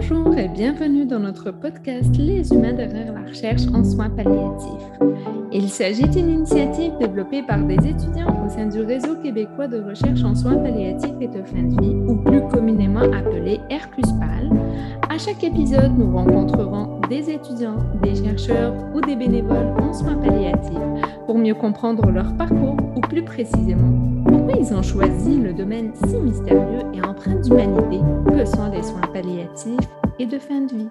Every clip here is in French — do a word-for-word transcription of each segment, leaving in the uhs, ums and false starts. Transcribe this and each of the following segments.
Bonjour et bienvenue dans notre podcast Les humains derrière la recherche en soins palliatifs. Il s'agit d'une initiative développée par des étudiants au sein du Réseau québécois de recherche en soins palliatifs et de fin de vie, ou plus communément appelé RQSPAL. À chaque épisode, nous rencontrerons des étudiants, des chercheurs ou des bénévoles en soins palliatifs pour mieux comprendre leur parcours ou plus précisément pourquoi ils ont choisi le domaine si mystérieux et empreint d'humanité que sont les soins palliatifs et de fin de vie.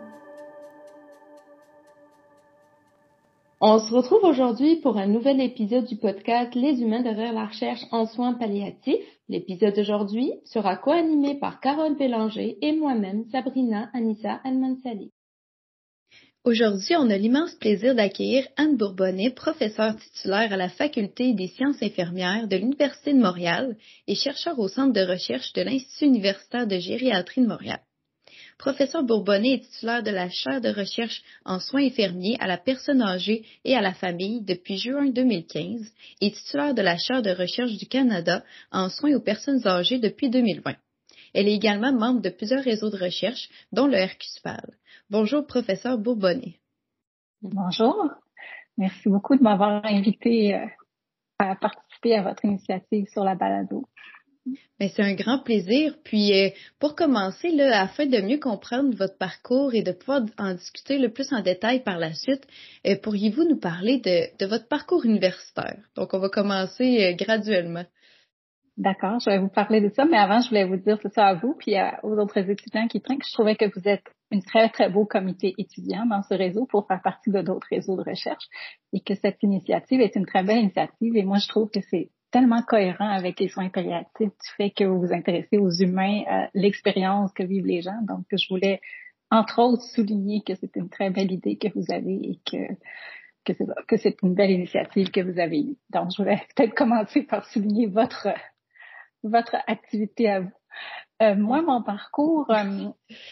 On se retrouve aujourd'hui pour un nouvel épisode du podcast Les humains derrière la recherche en soins palliatifs. L'épisode d'aujourd'hui sera co-animé par Carole Bélanger et moi-même, Sabrina Anissa Almansali. Aujourd'hui, on a l'immense plaisir d'accueillir Anne Bourbonnet, professeure titulaire à la Faculté des sciences infirmières de l'Université de Montréal et chercheure au Centre de recherche de l'Institut universitaire de gériatrie de Montréal. Professeur Bourbonnet est titulaire de la chaire de recherche en soins infirmiers à la personne âgée et à la famille depuis juin deux mille quinze et titulaire de la chaire de recherche du Canada en soins aux personnes âgées depuis deux mille vingt. Elle est également membre de plusieurs réseaux de recherche, dont le RQSPAL. Bonjour, professeur Bourbonnet. Bonjour. Merci beaucoup de m'avoir invité euh, à participer à votre initiative sur la balado. Mais c'est un grand plaisir. Puis, euh, pour commencer, là, afin de mieux comprendre votre parcours et de pouvoir en discuter le plus en détail par la suite, euh, pourriez-vous nous parler de, de votre parcours universitaire? Donc, on va commencer euh, graduellement. D'accord, je vais vous parler de ça, mais avant, je voulais vous dire c'est ça à vous, puis à, aux autres étudiants qui prennent que je trouvais que vous êtes une très, très beau comité étudiant dans ce réseau pour faire partie de d'autres réseaux de recherche et que cette initiative est une très belle initiative et moi, je trouve que c'est tellement cohérent avec les soins palliatifs du fait que vous vous intéressez aux humains, à l'expérience que vivent les gens. Donc, je voulais, entre autres, souligner que c'est une très belle idée que vous avez et que que c'est, que c'est une belle initiative que vous avez eue. Donc, je voulais peut-être commencer par souligner votre votre activité à vous. Euh, moi, mon parcours euh,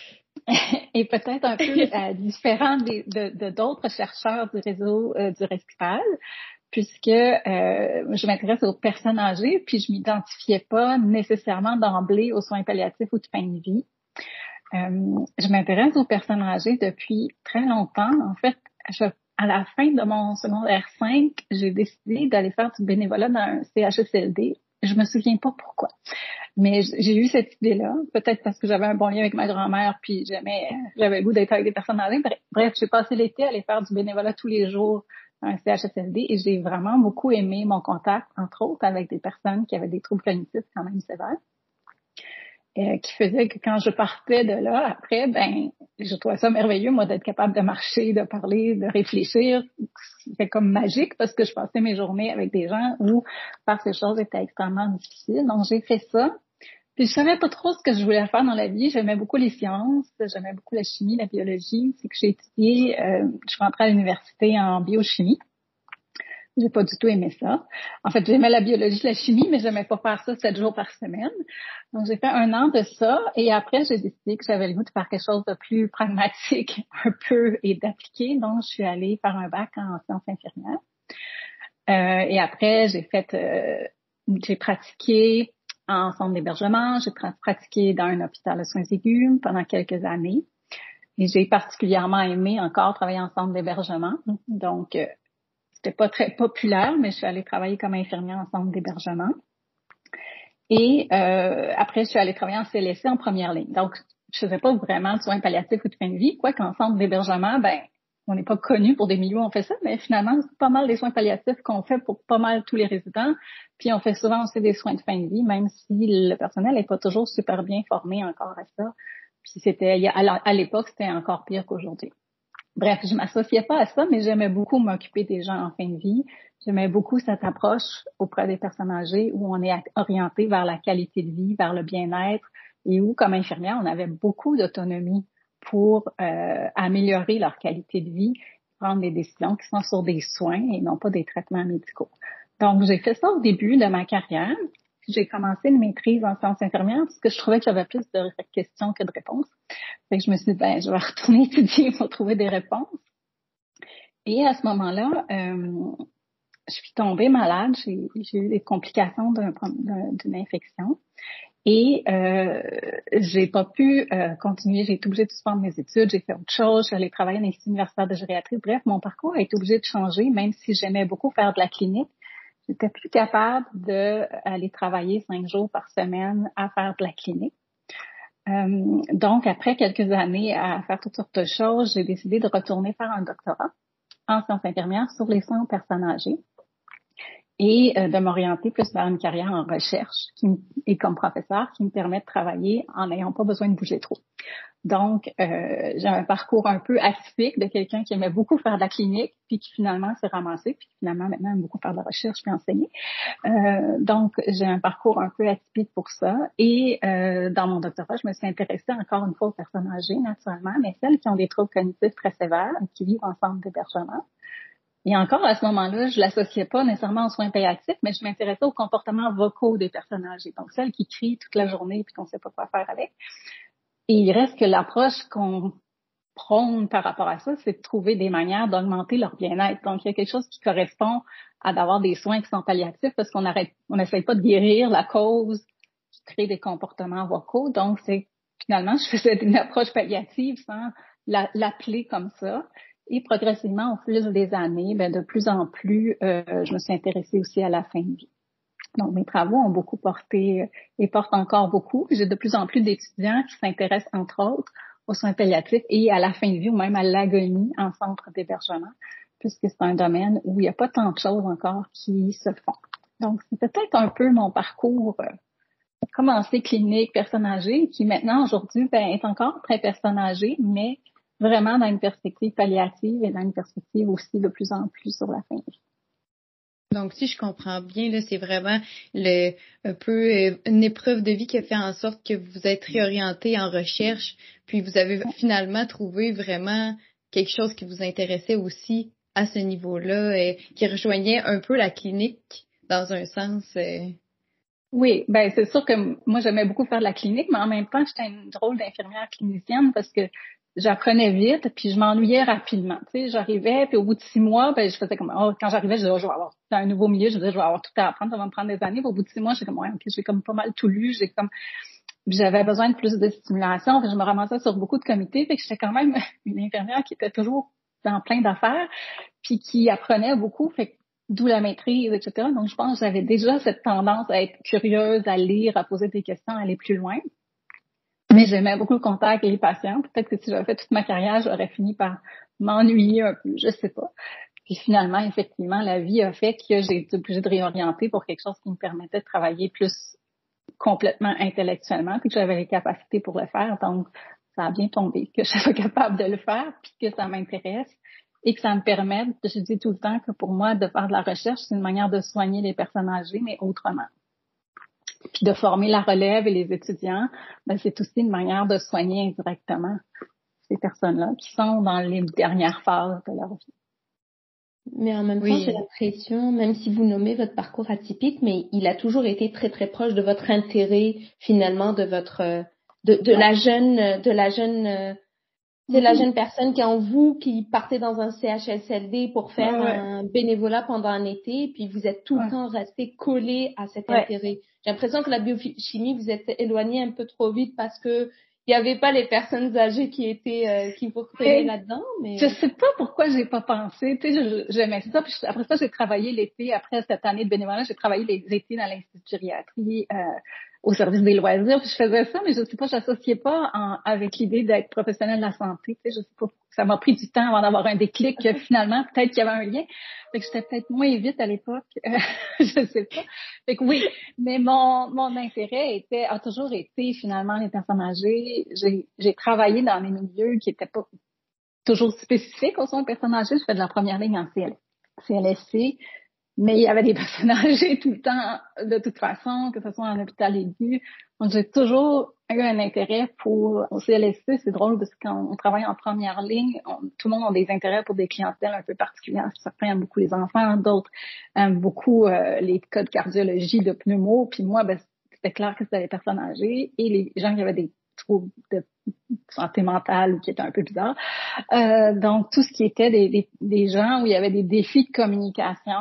est peut-être un peu euh, différent des, de, de d'autres chercheurs du réseau euh, du RQSPAL, puisque euh, je m'intéresse aux personnes âgées, puis je m'identifiais pas nécessairement d'emblée aux soins palliatifs ou de fin de vie. Euh, je m'intéresse aux personnes âgées depuis très longtemps. En fait, je, à la fin de mon secondaire cinq, j'ai décidé d'aller faire du bénévolat dans un C H S L D. Je me souviens pas pourquoi. Mais j'ai eu cette idée-là, peut-être parce que j'avais un bon lien avec ma grand-mère, puis j'aimais, j'avais le goût d'être avec des personnes âgées. Bref, j'ai passé l'été à aller faire du bénévolat tous les jours à un C H S L D et j'ai vraiment beaucoup aimé mon contact, entre autres, avec des personnes qui avaient des troubles cognitifs quand même sévères. Euh, qui faisait que quand je partais de là, après, ben, je trouvais ça merveilleux, moi, d'être capable de marcher, de parler, de réfléchir. C'était comme magique parce que je passais mes journées avec des gens où faire ces choses était extrêmement difficile. Donc, j'ai fait ça. Puis, je savais pas trop ce que je voulais faire dans la vie. J'aimais beaucoup les sciences, j'aimais beaucoup la chimie, la biologie. C'est que j'ai étudié, euh, je suis rentrée à l'université en biochimie. J'ai pas du tout aimé ça. En fait, j'aimais la biologie, la chimie, mais j'aimais pas faire ça sept jours par semaine. Donc, j'ai fait un an de ça et après, j'ai décidé que j'avais le goût de faire quelque chose de plus pragmatique un peu et d'appliquer. Donc, je suis allée faire un bac en sciences infirmières. Euh, et après, j'ai fait, euh, j'ai pratiqué en centre d'hébergement, j'ai pratiqué dans un hôpital de soins aigus pendant quelques années. Et j'ai particulièrement aimé encore travailler en centre d'hébergement. Donc, euh, c'était pas très populaire, mais je suis allée travailler comme infirmière en centre d'hébergement. Et euh, après, je suis allée travailler en C L S C en première ligne. Donc, je faisais pas vraiment de soins palliatifs ou de fin de vie, quoi qu'en centre d'hébergement, ben, on n'est pas connu pour des milieux où on fait ça, mais finalement, c'est pas mal des soins palliatifs qu'on fait pour pas mal tous les résidents. Puis, on fait souvent aussi des soins de fin de vie, même si le personnel n'est pas toujours super bien formé encore à ça. Puis, c'était, à l'époque, c'était encore pire qu'aujourd'hui. Bref, je m'associais pas à ça, mais j'aimais beaucoup m'occuper des gens en fin de vie. J'aimais beaucoup cette approche auprès des personnes âgées où on est orienté vers la qualité de vie, vers le bien-être et où, comme infirmière, on avait beaucoup d'autonomie pour euh, améliorer leur qualité de vie, prendre des décisions qui sont sur des soins et non pas des traitements médicaux. Donc, j'ai fait ça au début de ma carrière. J'ai commencé une maîtrise en sciences infirmières parce que je trouvais que j'avais plus de questions que de réponses. Fait que je me suis dit, ben, je vais retourner étudier pour trouver des réponses. Et à ce moment-là, euh, je suis tombée malade. J'ai, j'ai eu des complications d'un, d'un, d'une infection. Et euh, j'ai pas pu euh, continuer, j'ai été obligée de suspendre mes études, j'ai fait autre chose, je suis allée travailler à l'Institut universitaire de gériatrie. Bref, mon parcours a été obligé de changer, même si j'aimais beaucoup faire de la clinique. J'étais plus capable d'aller travailler cinq jours par semaine à faire de la clinique. Euh, donc, après quelques années à faire toutes sortes de choses, j'ai décidé de retourner faire un doctorat en sciences infirmières sur les soins aux personnes âgées et euh, de m'orienter plus vers une carrière en recherche qui me, et comme professeur qui me permet de travailler en n'ayant pas besoin de bouger trop. Donc, euh, j'ai un parcours un peu atypique de quelqu'un qui aimait beaucoup faire de la clinique, puis qui finalement s'est ramassé, puis qui finalement maintenant aime beaucoup faire de la recherche puis enseigner. Euh, donc, j'ai un parcours un peu atypique pour ça. Et euh, dans mon doctorat, je me suis intéressée encore une fois aux personnes âgées, naturellement, mais celles qui ont des troubles cognitifs très sévères et qui vivent en centre d'hébergement. Et encore, à ce moment-là, je l'associais pas nécessairement aux soins palliatifs, mais je m'intéressais aux comportements vocaux des personnes âgées. Donc, celles qui crient toute la journée puis qu'on sait pas quoi faire avec. Et il reste que l'approche qu'on prône par rapport à ça, c'est de trouver des manières d'augmenter leur bien-être. Donc, il y a quelque chose qui correspond à d'avoir des soins qui sont palliatifs parce qu'on arrête, on n'essaye pas de guérir la cause qui crée des comportements vocaux. Donc, c'est finalement, je faisais une approche palliative sans la, l'appeler comme ça. Et progressivement, au fil des années, ben, de plus en plus, euh, je me suis intéressée aussi à la fin de vie. Donc, mes travaux ont beaucoup porté et portent encore beaucoup. J'ai de plus en plus d'étudiants qui s'intéressent, entre autres, aux soins palliatifs et à la fin de vie ou même à l'agonie en centre d'hébergement, puisque c'est un domaine où il n'y a pas tant de choses encore qui se font. Donc, c'est peut-être un peu mon parcours euh, commencé clinique, personne âgée, qui maintenant, aujourd'hui, ben, est encore très personne âgée, mais vraiment dans une perspective palliative et dans une perspective aussi de plus en plus sur la fin de vie. Donc, si je comprends bien, là, c'est vraiment le, un peu euh, une épreuve de vie qui a fait en sorte que vous êtes réorienté en recherche, puis vous avez finalement trouvé vraiment quelque chose qui vous intéressait aussi à ce niveau-là, et qui rejoignait un peu la clinique dans un sens. Euh... Oui, ben c'est sûr que moi j'aimais beaucoup faire de la clinique, mais en même temps j'étais une drôle d'infirmière clinicienne parce que j'apprenais vite, puis je m'ennuyais rapidement. Tu sais, j'arrivais, puis au bout de six mois, ben je faisais comme, oh, quand j'arrivais, je disais, oh, je vais avoir dans un nouveau milieu, je disais, je vais avoir tout à apprendre, ça va me prendre des années. Puis au bout de six mois, j'étais comme, ouais, ok, j'ai comme pas mal tout lu, j'ai comme, j'avais besoin de plus de stimulation, puis je me ramassais sur beaucoup de comités, fait que j'étais quand même une infirmière qui était toujours dans plein d'affaires, puis qui apprenait beaucoup, fait que d'où la maîtrise, et cetera. Donc, je pense que j'avais déjà cette tendance à être curieuse, à lire, à poser des questions, à aller plus loin. Mais j'aimais beaucoup le contact avec les patients. Peut-être que si j'avais fait toute ma carrière, j'aurais fini par m'ennuyer un peu, je sais pas. Puis finalement, effectivement, la vie a fait que j'ai été obligée de réorienter pour quelque chose qui me permettait de travailler plus complètement intellectuellement, puis que j'avais les capacités pour le faire. Donc, ça a bien tombé que je sois capable de le faire, puis que ça m'intéresse et que ça me permette, je dis tout le temps que pour moi, de faire de la recherche, c'est une manière de soigner les personnes âgées, mais autrement. Puis de former la relève et les étudiants, ben c'est aussi une manière de soigner indirectement ces personnes-là qui sont dans les dernières phases de leur vie. Mais en même oui. temps, j'ai l'impression, même si vous nommez votre parcours atypique, mais il a toujours été très très proche de votre intérêt, finalement, de votre de, de ouais. la jeune de la jeune c'est mm-hmm. la jeune personne qui est en vous, qui partait dans un C H S L D pour faire ouais, ouais. un bénévolat pendant un été, puis vous êtes tout ouais. le temps resté collé à cet ouais. intérêt. J'ai l'impression que la biochimie, vous êtes éloigné un peu trop vite parce que il y avait pas les personnes âgées qui étaient euh, qui vous retenaient là-dedans, mais je sais pas pourquoi j'ai pas pensé. Tu sais, j'aimais ça. Puis après ça, j'ai travaillé l'été. Après cette année de bénévolat, j'ai travaillé les étés dans l'Institut de gériatrie euh, au service des loisirs. Puis je faisais ça, mais je sais pas, j'associais pas en, avec l'idée d'être professionnelle de la santé. Tu sais, je sais pas. Ça m'a pris du temps avant d'avoir un déclic. Que finalement, peut-être qu'il y avait un lien. Fait que j'étais peut-être moins vite à l'époque. Euh, je sais pas. Fait que oui, mais mon mon intérêt était a toujours été finalement les personnes âgées. J'ai j'ai travaillé dans des milieux qui étaient pas toujours spécifiques aux soins de personnes âgées. Je fais de la première ligne en C L S C, mais il y avait des personnes âgées tout le temps, de toute façon, que ce soit en hôpital aigu. Donc, j'ai toujours eu un intérêt pour, au C L S C, c'est drôle parce que quand on travaille en première ligne, on, tout le monde a des intérêts pour des clientèles un peu particulières. Certains aiment beaucoup les enfants, d'autres aiment beaucoup euh, les cas de cardiologie, de pneumo. Puis moi, ben, c'était clair que c'était les personnes âgées et les gens qui avaient des troubles de santé mentale ou qui étaient un peu bizarres. Euh, donc, tout ce qui était des, des, des gens où il y avait des défis de communication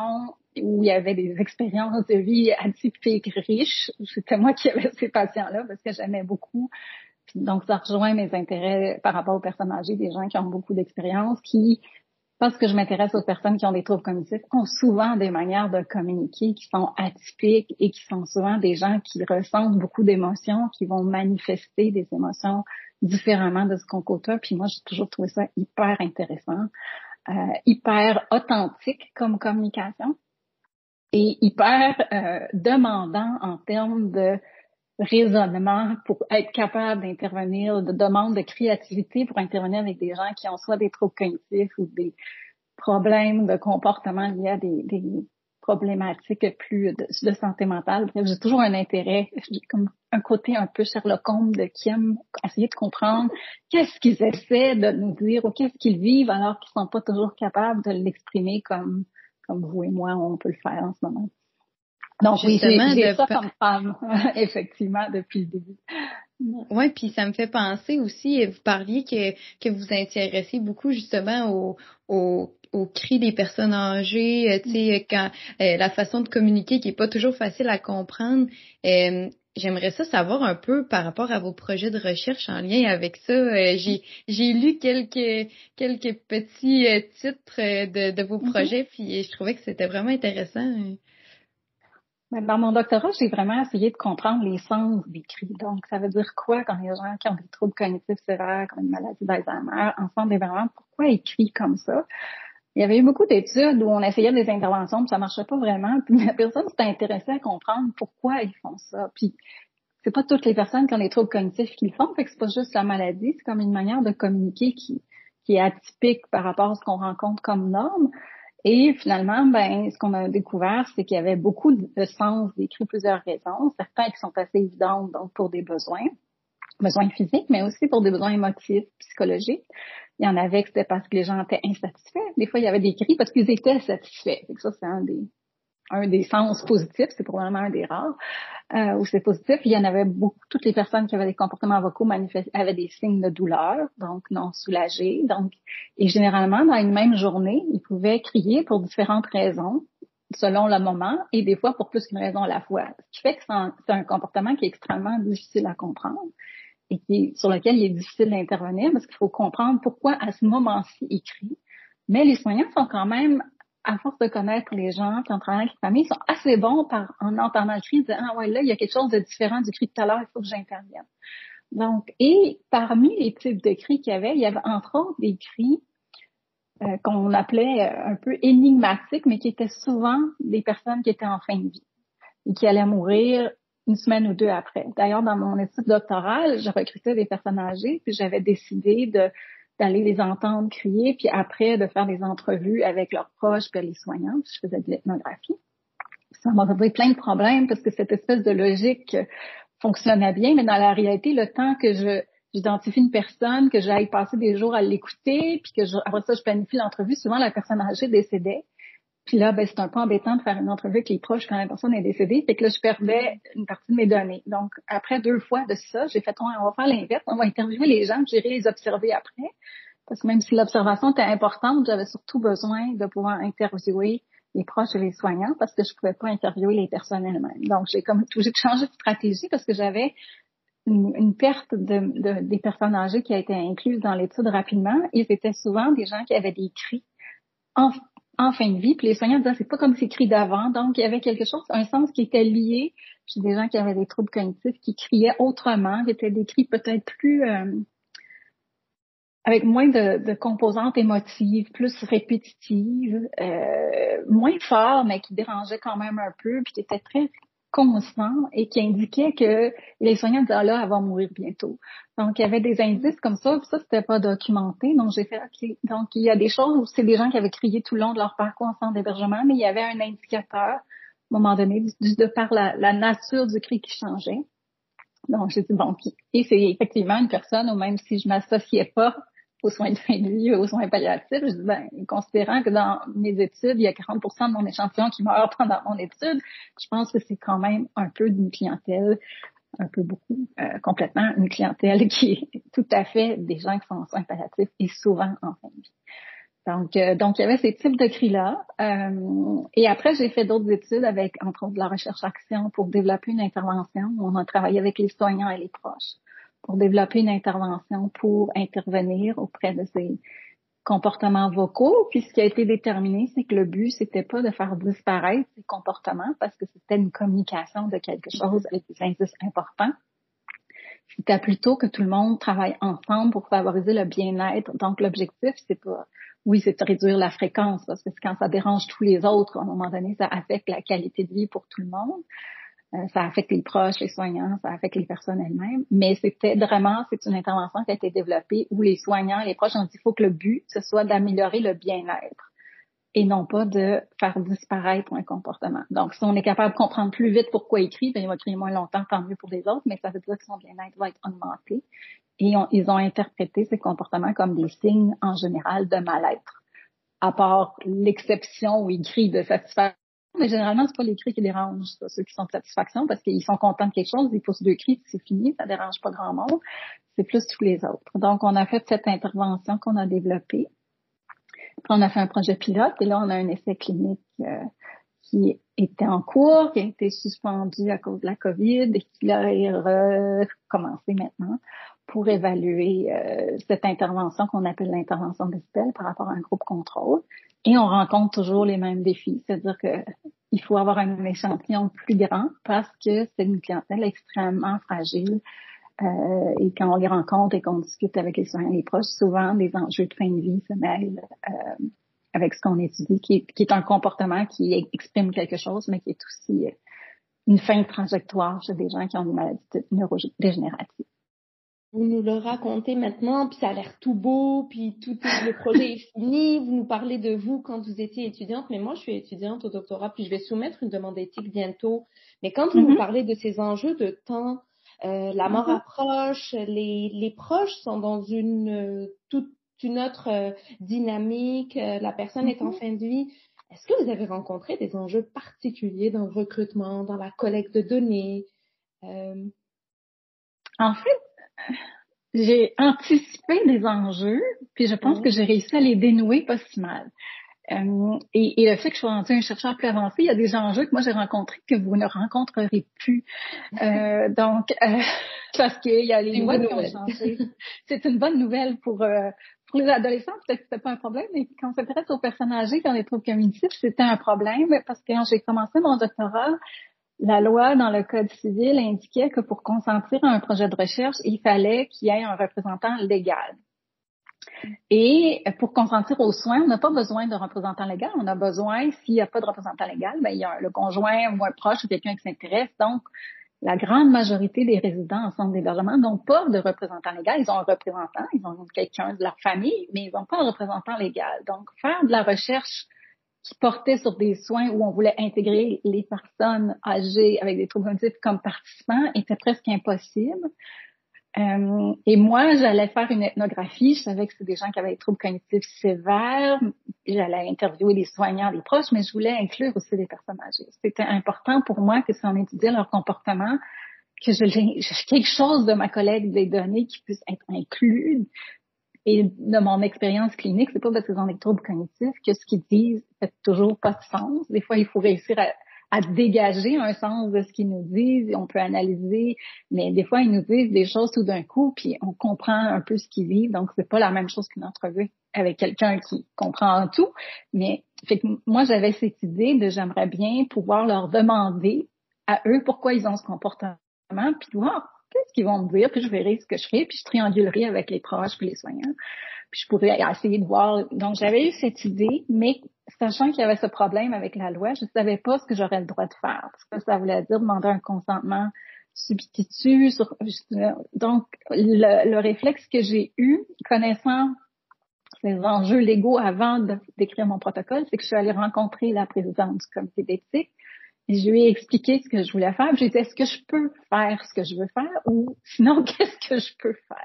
où il y avait des expériences de vie atypiques riches. C'était moi qui avais ces patients-là parce que j'aimais beaucoup. Puis donc, ça rejoint mes intérêts par rapport aux personnes âgées, des gens qui ont beaucoup d'expérience, qui, parce que je m'intéresse aux personnes qui ont des troubles cognitifs, ont souvent des manières de communiquer qui sont atypiques et qui sont souvent des gens qui ressentent beaucoup d'émotions, qui vont manifester des émotions différemment de ce qu'on côtoie. Puis moi, j'ai toujours trouvé ça hyper intéressant, euh, hyper authentique comme communication et hyper euh, demandant en termes de raisonnement pour être capable d'intervenir, de demande de créativité pour intervenir avec des gens qui ont soit des troubles cognitifs ou des problèmes de comportement liés à des, des problématiques plus de, de santé mentale. Bref, j'ai toujours un intérêt, j'ai comme un côté un peu Sherlock Holmes de qui aime essayer de comprendre qu'est-ce qu'ils essaient de nous dire ou qu'est-ce qu'ils vivent alors qu'ils sont pas toujours capables de l'exprimer comme comme vous et moi, on peut le faire en ce moment. Donc Justement, oui, j'ai, j'ai de... ça comme femme, effectivement, depuis le début. Oui, puis ça me fait penser aussi, vous parliez que, que vous vous intéressez beaucoup justement au, au, au cri des personnes âgées, tu sais, quand euh, la façon de communiquer qui est pas toujours facile à comprendre. Euh, j'aimerais ça savoir un peu par rapport à vos projets de recherche en lien avec ça. Euh, j'ai j'ai lu quelques quelques petits euh, titres de, de vos projets, mm-hmm. Puis je trouvais que c'était vraiment intéressant. Dans mon doctorat, j'ai vraiment essayé de comprendre les sens des cris. Donc, ça veut dire quoi quand les gens qui ont des troubles cognitifs sévères, comme une maladie d'Alzheimer, entendent vraiment pourquoi ils crient comme ça. Il y avait eu beaucoup d'études où on essayait des interventions, puis ça marchait pas vraiment. Puis la personne s'était intéressée à comprendre pourquoi ils font ça. Puis c'est pas toutes les personnes qui ont des troubles cognitifs qui le font, fait que c'est pas juste la maladie, c'est comme une manière de communiquer qui, qui est atypique par rapport à ce qu'on rencontre comme norme. Et finalement, ben, ce qu'on a découvert, c'est qu'il y avait beaucoup de sens décrits plusieurs raisons. Certains qui sont assez évidentes, donc pour des besoins, besoins physiques, mais aussi pour des besoins émotifs, psychologiques. Il y en avait que c'était parce que les gens étaient insatisfaits. Des fois, il y avait des cris parce qu'ils étaient satisfaits. Et ça, c'est un des, un des sens positifs. C'est probablement un des rares euh, où c'est positif. Il y en avait beaucoup. Toutes les personnes qui avaient des comportements vocaux manifestaient, avaient des signes de douleur, donc non soulagés. Donc, et généralement, dans une même journée, ils pouvaient crier pour différentes raisons, selon le moment, et des fois pour plus qu'une raison à la fois. Ce qui fait que c'est un, c'est un comportement qui est extrêmement difficile à comprendre et qui, sur lequel il est difficile d'intervenir parce qu'il faut comprendre pourquoi à ce moment-ci il crie. Mais les soignants sont quand même, à force de connaître les gens, puis en travaillant avec les familles, ils sont assez bons par, en entendant le cri, de dire, ah ouais, là, il y a quelque chose de différent du cri de tout à l'heure, il faut que j'intervienne. Donc, et parmi les types de cris qu'il y avait, il y avait entre autres des cris euh, qu'on appelait euh, un peu énigmatiques, mais qui étaient souvent des personnes qui étaient en fin de vie et qui allaient mourir une semaine ou deux après. D'ailleurs, dans mon étude doctorale, je recrutais des personnes âgées, puis j'avais décidé de d'aller les entendre crier, puis après de faire des entrevues avec leurs proches puis les soignants. Puis je faisais de l'ethnographie. Ça m'a posé plein de problèmes parce que cette espèce de logique fonctionnait bien, mais dans la réalité, le temps que je j'identifie une personne, que j'aille passer des jours à l'écouter, puis que je, après ça, je planifie l'entrevue, souvent la personne âgée décédait. Puis là, ben, c'est un peu embêtant de faire une entrevue avec les proches quand la personne est décédée. Fait que là, je perdais une partie de mes données. Donc, après deux fois de ça, j'ai fait, on va faire l'inverse. On va interviewer les gens, puis j'irai les observer après. Parce que même si l'observation était importante, j'avais surtout besoin de pouvoir interviewer les proches et les soignants parce que je pouvais pas interviewer les personnes elles-mêmes. Donc, j'ai comme j'ai changé de stratégie parce que j'avais une, une perte de, de, des personnes âgées qui a été incluse dans l'étude rapidement. Et c'était souvent des gens qui avaient des cris en en fin de vie, puis les soignants disaient c'est pas comme ces cris d'avant, donc il y avait quelque chose, un sens qui était lié. Puis des gens qui avaient des troubles cognitifs qui criaient autrement, qui étaient des cris peut-être plus euh, avec moins de, de composantes émotives, plus répétitives, euh, moins forts, mais qui dérangeaient quand même un peu, puis qui étaient très constant et qui indiquait que les soignants disaient ah là, elle va mourir bientôt. Donc, il y avait des indices comme ça, puis ça, c'était pas documenté. Donc, j'ai fait OK. Donc, il y a des choses où c'est des gens qui avaient crié tout le long de leur parcours en centre d'hébergement, mais il y avait un indicateur, à un moment donné, de par la, la nature du cri qui changeait. Donc, j'ai dit bon, et c'est effectivement une personne où même si je m'associais pas aux soins de fin de vie, aux soins palliatifs, je dis, ben, considérant que dans mes études, il y a quarante pour cent de mon échantillon qui meurt pendant mon étude, je pense que c'est quand même un peu d'une clientèle, un peu beaucoup, euh, complètement une clientèle qui est tout à fait des gens qui sont en soins palliatifs et souvent en fin de vie. Donc, euh, donc il y avait ces types de cris-là. Euh, et après, j'ai fait d'autres études avec, entre autres, de la recherche-action pour développer une intervention. On a travaillé avec les soignants et les proches pour développer une intervention pour intervenir auprès de ces comportements vocaux. Puis, ce qui a été déterminé, c'est que le but, c'était pas de faire disparaître ces comportements parce que c'était une communication de quelque chose avec des indices importants. C'était plutôt que tout le monde travaille ensemble pour favoriser le bien-être. Donc, l'objectif, c'est pas, oui, c'est de réduire la fréquence, parce que quand ça dérange tous les autres, à un moment donné, ça affecte la qualité de vie pour tout le monde. Euh, ça affecte les proches, les soignants, ça affecte les personnes elles-mêmes. Mais c'était vraiment, c'est une intervention qui a été développée où les soignants, les proches ont dit, il faut que le but, ce soit d'améliorer le bien-être et non pas de faire disparaître un comportement. Donc, si on est capable de comprendre plus vite pourquoi il crie, bien, il va crier moins longtemps, tant mieux pour les autres, mais ça veut dire que son bien-être va être augmenté. Et on, ils ont interprété ces comportements comme des signes, en général, de mal-être. À part l'exception où ils crient de satisfaction. Mais généralement, c'est pas les cris qui dérangent, ça, ceux qui sont de satisfaction, parce qu'ils sont contents de quelque chose, ils poussent deux cris, c'est fini, ça dérange pas grand monde. C'est plus tous les autres. Donc, on a fait cette intervention qu'on a développée. Puis on a fait un projet pilote et là, on a un essai clinique euh, qui était en cours, qui a été suspendu à cause de la COVID et qui a recommencé maintenant pour évaluer euh, cette intervention qu'on appelle l'intervention décibel par rapport à un groupe contrôle. Et on rencontre toujours les mêmes défis, c'est-à-dire que il faut avoir un échantillon plus grand parce que c'est une clientèle extrêmement fragile. Euh, et quand on les rencontre et qu'on discute avec les soignants et les proches, souvent des enjeux de fin de vie se mêlent euh, avec ce qu'on étudie, qui est, qui est un comportement qui exprime quelque chose, mais qui est aussi euh, une fin de trajectoire chez des gens qui ont des maladies neurodégénératives. Vous nous le racontez maintenant, puis ça a l'air tout beau, puis tout est, le projet est fini. Vous nous parlez de vous quand vous étiez étudiante, mais moi je suis étudiante au doctorat, puis je vais soumettre une demande d'éthique bientôt. Mais quand vous mm-hmm. nous parlez de ces enjeux de temps, Euh, la mort mm-hmm. approche, les, les proches sont dans une euh, toute une autre euh, dynamique, euh, la personne mm-hmm. est en fin de vie. Est-ce que vous avez rencontré des enjeux particuliers dans le recrutement, dans la collecte de données? Euh... En fait, j'ai anticipé des enjeux, puis je pense mm-hmm. que j'ai réussi à les dénouer pas si mal. Euh, et, et le fait que je sois rendu un chercheur plus avancé, il y a des enjeux que moi j'ai rencontrés que vous ne rencontrerez plus. Euh, donc, euh, parce qu'il y a les lois qui ont changé. C'est une bonne nouvelle pour euh, pour les adolescents, peut-être que c'était pas un problème, mais quand on s'intéresse aux personnes âgées, dans les troubles cognitifs, c'était un problème parce que quand j'ai commencé mon doctorat, la loi dans le Code civil indiquait que pour consentir à un projet de recherche, il fallait qu'il y ait un représentant légal. Et pour consentir aux soins, on n'a pas besoin de représentant légal. On a besoin, s'il n'y a pas de représentant légal, ben, il y a le conjoint ou un proche ou quelqu'un qui s'intéresse. Donc, la grande majorité des résidents en centre d'hébergement n'ont pas de représentant légal. Ils ont un représentant, ils ont quelqu'un de leur famille, mais ils n'ont pas de représentant légal. Donc, faire de la recherche qui portait sur des soins où on voulait intégrer les personnes âgées avec des troubles cognitifs comme participants était presque impossible. Euh, et moi, j'allais faire une ethnographie. Je savais que c'était des gens qui avaient des troubles cognitifs sévères. J'allais interviewer des soignants, des proches, mais je voulais inclure aussi des personnes âgées. C'était important pour moi que si on étudiait leur comportement, que je quelque chose de ma collecte des données qui puisse être inclus. Et de mon expérience clinique, c'est pas parce qu'ils ont des troubles cognitifs que ce qu'ils disent fait toujours pas de sens. Des fois, il faut réussir à à dégager un sens de ce qu'ils nous disent, et on peut analyser, mais des fois, ils nous disent des choses tout d'un coup, puis on comprend un peu ce qu'ils vivent, donc c'est pas la même chose qu'une entrevue avec quelqu'un qui comprend tout, mais fait que moi, j'avais cette idée de j'aimerais bien pouvoir leur demander à eux pourquoi ils ont ce comportement, puis voir qu'est-ce qu'ils vont me dire, puis je verrai ce que je ferai, puis je triangulerai avec les proches puis les soignants. Puis je pourrais essayer de voir. Donc, j'avais eu cette idée, mais sachant qu'il y avait ce problème avec la loi, je ne savais pas ce que j'aurais le droit de faire. Parce que ça voulait dire demander un consentement substitut. Sur, donc, le, le réflexe que j'ai eu, connaissant les enjeux légaux avant de, d'écrire mon protocole, c'est que je suis allée rencontrer la présidente du comité d'éthique. Et je lui ai expliqué ce que je voulais faire. Puis j'ai dit, est-ce que je peux faire ce que je veux faire ou sinon, qu'est-ce que je peux faire?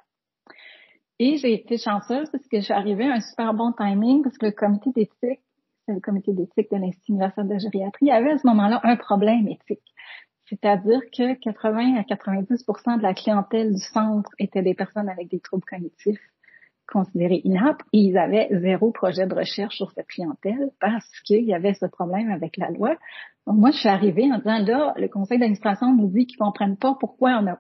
Et j'ai été chanceuse parce que je suis arrivée à un super bon timing parce que le comité d'éthique, c'est le comité d'éthique de l'Institut universel de gériatrie, avait à ce moment-là un problème éthique. C'est-à-dire que quatre-vingts à quatre-vingt-dix pour cent de la clientèle du centre étaient des personnes avec des troubles cognitifs considérés inaptes et ils avaient zéro projet de recherche sur cette clientèle parce qu'il y avait ce problème avec la loi. Donc, moi, je suis arrivée en disant, là, le conseil d'administration nous dit qu'ils comprennent pas pourquoi on a...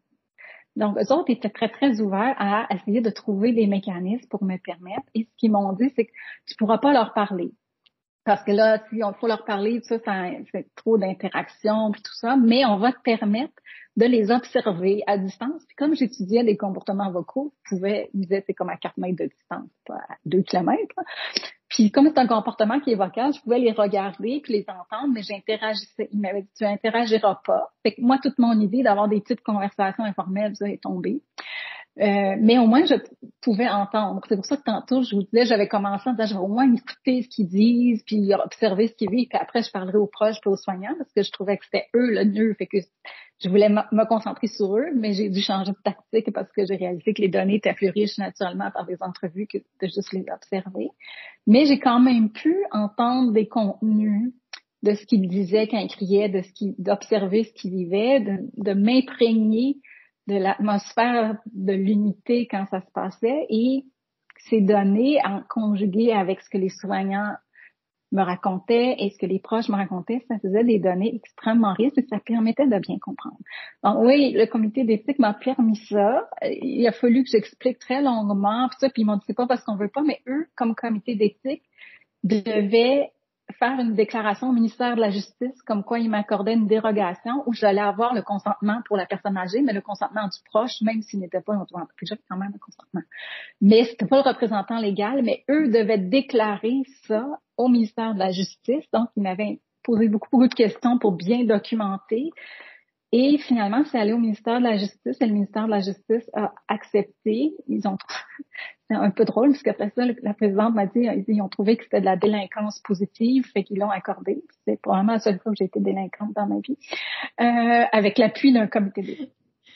Donc, eux autres étaient très, très ouverts à essayer de trouver des mécanismes pour me permettre. Et ce qu'ils m'ont dit, c'est que tu pourras pas leur parler. Parce que là, si on faut leur parler, ça, ça c'est trop d'interaction puis tout ça, mais on va te permettre de les observer à distance. Puis comme j'étudiais les comportements vocaux, je pouvais, ils disaient c'est comme à quatre mètres de distance, pas à deux kilomètres. Puis comme c'est un comportement qui est vocal, je pouvais les regarder puis les entendre, mais j'interagissais. Ils m'avaient dit tu interagiras pas. Fait que moi, toute mon idée d'avoir des petites conversations informelles, ça est tombée. Euh, mais au moins, je pouvais entendre. C'est pour ça que tantôt, je vous disais, j'avais commencé en disant, je vais au moins écouter ce qu'ils disent, puis observer ce qu'ils vivent, puis après, je parlerai aux proches puis aux soignants, parce que je trouvais que c'était eux le nœud, fait que je voulais me concentrer sur eux, mais j'ai dû changer de tactique parce que j'ai réalisé que les données étaient plus riches naturellement par des entrevues que de juste les observer. Mais j'ai quand même pu entendre des contenus de ce qu'ils disaient quand ils criaient, de ce qu'ils, d'observer ce qu'ils vivaient, de, de m'imprégner de l'atmosphère de l'unité quand ça se passait et ces données en conjuguées avec ce que les soignants me racontaient et ce que les proches me racontaient, ça faisait des données extrêmement riches et ça permettait de bien comprendre. Donc oui, le comité d'éthique m'a permis ça. Il a fallu que j'explique très longuement, puis ça, puis ils m'ont dit c'est pas parce qu'on veut pas, mais eux, comme comité d'éthique, devaient faire une déclaration au ministère de la Justice comme quoi il m'accordait une dérogation où j'allais avoir le consentement pour la personne âgée, mais le consentement du proche, même s'il n'était pas notre entreprise, j'avais quand même un consentement. Mais c'était pas le représentant légal, mais eux devaient déclarer ça au ministère de la Justice. Donc, ils m'avaient posé beaucoup, beaucoup de questions pour bien documenter. Et finalement, c'est allé au ministère de la Justice et le ministère de la Justice a accepté. Ils ont c'est un peu drôle parce qu'après ça, la présidente m'a dit, ils ont trouvé que c'était de la délinquance positive, fait qu'ils l'ont accordé. C'est probablement la seule fois que j'ai été délinquante dans ma vie, euh, avec l'appui d'un comité d'éthique.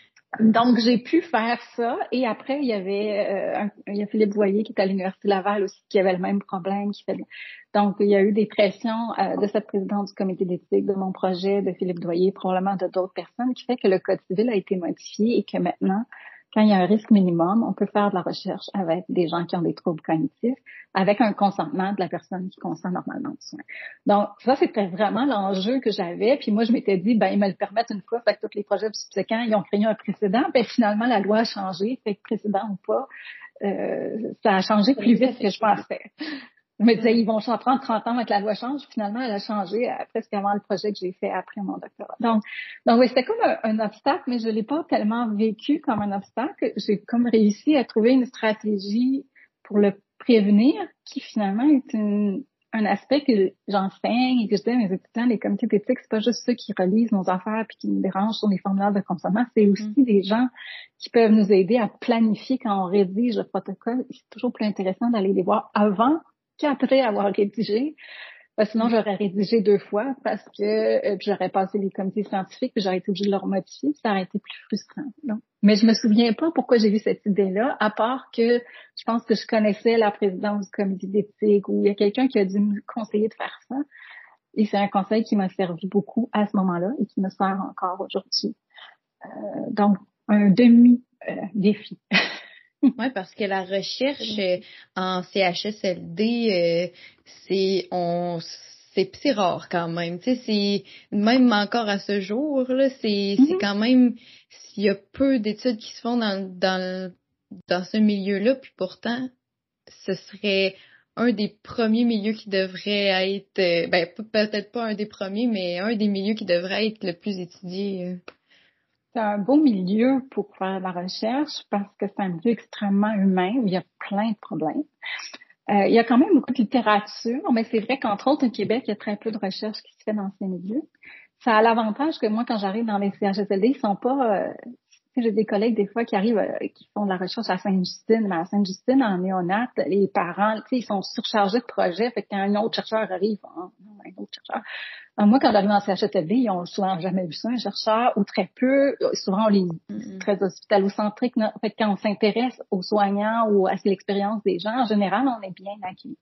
Donc, j'ai pu faire ça. Et après, il y avait euh, un, il y a Philippe Voyer qui est à l'Université Laval aussi, qui avait le même problème. Qui fait... Donc, il y a eu des pressions euh, de cette présidente du comité d'éthique, de mon projet, de Philippe Voyer, probablement de d'autres personnes, qui fait que le Code civil a été modifié et que maintenant, quand il y a un risque minimum, on peut faire de la recherche avec des gens qui ont des troubles cognitifs, avec un consentement de la personne qui consent normalement de soins. Donc, ça, c'était vraiment l'enjeu que j'avais. Puis moi, je m'étais dit, ben, ils me le permettent une fois, fait que tous les projets subséquents, ils ont créé un précédent. Ben, finalement, la loi a changé, fait que précédent ou pas, euh, ça a changé plus vite que je pensais. Je me disais, ils vont prendre trente ans avec que la loi change. Finalement, elle a changé à, presque avant le projet que j'ai fait après mon doctorat. Donc, donc oui, c'était comme un, un obstacle, mais je l'ai pas tellement vécu comme un obstacle. J'ai comme réussi à trouver une stratégie pour le prévenir, qui finalement est une, un aspect que j'enseigne et que je dis à mes étudiants, les comités d'éthique, c'est pas juste ceux qui relisent nos affaires puis qui nous dérangent sur les formulaires de consentement, c'est aussi mmh. des gens qui peuvent nous aider à planifier quand on rédige le protocole. C'est toujours plus intéressant d'aller les voir avant qu'après avoir rédigé, parce que sinon j'aurais rédigé deux fois parce que euh, j'aurais passé les comités scientifiques puis j'aurais été obligée de le remodifier, ça aurait été plus frustrant. Donc. Mais je me souviens pas pourquoi j'ai eu cette idée-là, à part que je pense que je connaissais la présidence du comité d'éthique ou il y a quelqu'un qui a dû me conseiller de faire ça. Et c'est un conseil qui m'a servi beaucoup à ce moment-là et qui me sert encore aujourd'hui. Euh, donc, un demi-défi. Euh, Oui, parce que la recherche euh, en C H S L D, euh, c'est on c'est c'est rare quand même. Tu sais, c'est même encore à ce jour là, c'est mm-hmm. c'est quand même il y a peu d'études qui se font dans dans dans ce milieu-là, puis pourtant ce serait un des premiers milieux qui devrait être ben peut-être pas un des premiers, mais un des milieux qui devrait être le plus étudié. Euh. C'est un beau milieu pour faire de la recherche parce que c'est un milieu extrêmement humain où il y a plein de problèmes. Euh, il y a quand même beaucoup de littérature, mais c'est vrai qu'entre autres, au Québec, il y a très peu de recherche qui se fait dans ces milieux. Ça a l'avantage que moi, quand j'arrive dans les C H S L D, ils sont pas... Euh, j'ai des collègues des fois qui arrivent, euh, qui font de la recherche à Sainte-Justine, mais à Sainte-Justine, en néonate, les parents, tu sais, ils sont surchargés de projets, fait que quand un autre chercheur arrive, oh, un autre chercheur... Moi, quand j'arrive en C H S L D, ils ont souvent jamais vu ça, un chercheur, ou très peu. Souvent, on les mm-hmm. très hospitalo-centrique. En fait, quand on s'intéresse aux soignants ou à l'expérience des gens, en général, on est bien accueillis.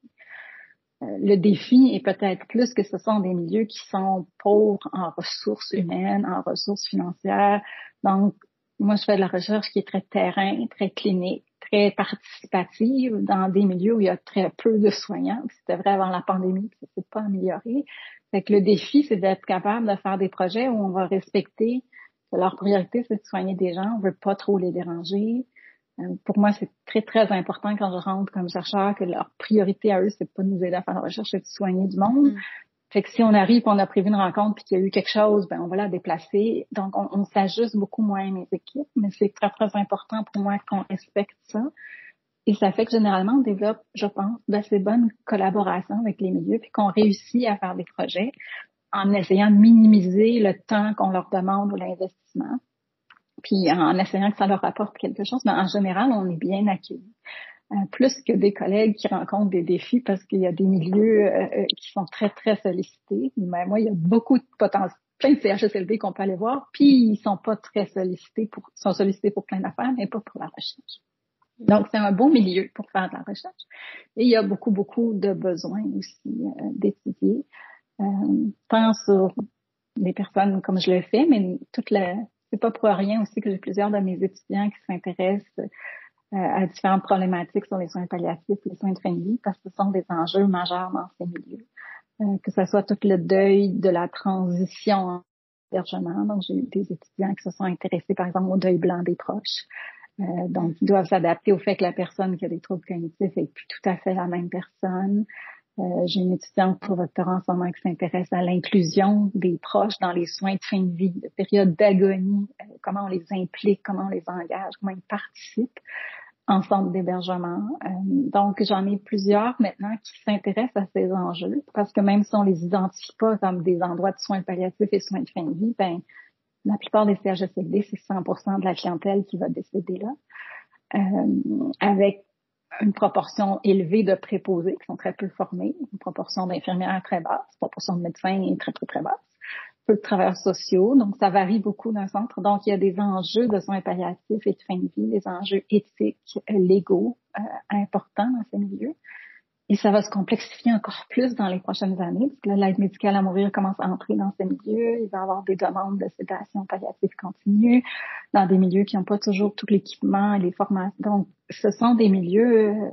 Euh, le défi est peut-être plus que ce sont des milieux qui sont pauvres en ressources humaines, en ressources financières. Donc, moi, je fais de la recherche qui est très terrain, très clinique, très participative dans des milieux où il y a très peu de soignants. C'était vrai avant la pandémie, puis ça s'est pas amélioré. Fait que le défi, c'est d'être capable de faire des projets où on va respecter que leur priorité, c'est de soigner des gens. On veut pas trop les déranger. Euh, pour moi, c'est très, très important quand je rentre comme chercheur que leur priorité à eux, c'est pas de nous aider à faire la recherche, c'est de soigner du monde. Mm. Fait que si on arrive, on a prévu une rencontre puis qu'il y a eu quelque chose, ben on va la déplacer. Donc, on, on s'ajuste beaucoup moins mes équipes, mais c'est très, très important pour moi qu'on respecte ça. Et ça fait que généralement, on développe, je pense, d'assez bonnes collaborations avec les milieux puis qu'on réussit à faire des projets en essayant de minimiser le temps qu'on leur demande ou l'investissement, puis en essayant que ça leur apporte quelque chose. Mais en général, on est bien accueillis. Euh, plus que des collègues qui rencontrent des défis parce qu'il y a des milieux euh, qui sont très, très sollicités. Mais moi, il y a beaucoup de potentiel, plein de C H S L D qu'on peut aller voir, puis ils sont pas très sollicités pour, sont sollicités pour plein d'affaires, mais pas pour la recherche. Donc, c'est un bon milieu pour faire de la recherche. Et il y a beaucoup, beaucoup de besoins aussi euh, d'étudier, euh, tant sur les personnes comme je le fais, mais toute la, c'est pas pour rien aussi que j'ai plusieurs de mes étudiants qui s'intéressent Euh, à différentes problématiques sur les soins palliatifs, les soins de fin de vie, parce que ce sont des enjeux majeurs dans ces milieux. Euh, que ce soit tout le deuil de la transition en hébergement. Donc, j'ai eu des étudiants qui se sont intéressés, par exemple, au deuil blanc des proches. Euh, donc, ils doivent s'adapter au fait que la personne qui a des troubles cognitifs est plus tout à fait la même personne. Euh, j'ai une étudiante pour doctorat en ce moment qui s'intéresse à l'inclusion des proches dans les soins de fin de vie, de période d'agonie, euh, comment on les implique, comment on les engage, comment ils participent en centre d'hébergement. Euh, donc, j'en ai plusieurs maintenant qui s'intéressent à ces enjeux, parce que même si on les identifie pas comme des endroits de soins palliatifs et soins de fin de vie, ben la plupart des C H S L D, c'est cent pour cent de la clientèle qui va décéder là, euh, avec une proportion élevée de préposés qui sont très peu formés, une proportion d'infirmières très basse, une proportion de médecins très, très, très basse, peu de travailleurs sociaux, donc ça varie beaucoup d'un centre. Donc, il y a des enjeux de soins palliatifs et de fin de vie, des enjeux éthiques, légaux euh, importants dans ces milieux. Et ça va se complexifier encore plus dans les prochaines années, parce que là, l'aide médicale à mourir commence à entrer dans ces milieux. Il va y avoir des demandes de sédation palliative continue dans des milieux qui n'ont pas toujours tout l'équipement et les formations. Donc, ce sont des milieux euh,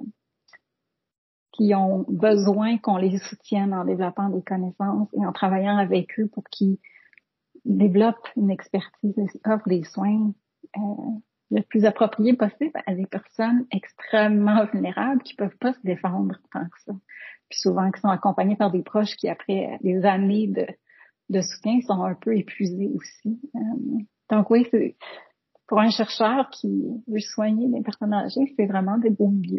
qui ont besoin qu'on les soutienne en développant des connaissances et en travaillant avec eux pour qu'ils développent une expertise et offrent des soins euh, le plus approprié possible à des personnes extrêmement vulnérables qui peuvent pas se défendre tant que ça. Puis souvent qui sont accompagnés par des proches qui, après des années de, de soutien, sont un peu épuisés aussi. Euh, donc oui, c'est, pour un chercheur qui veut soigner des personnes âgées, c'est vraiment des beaux milieux.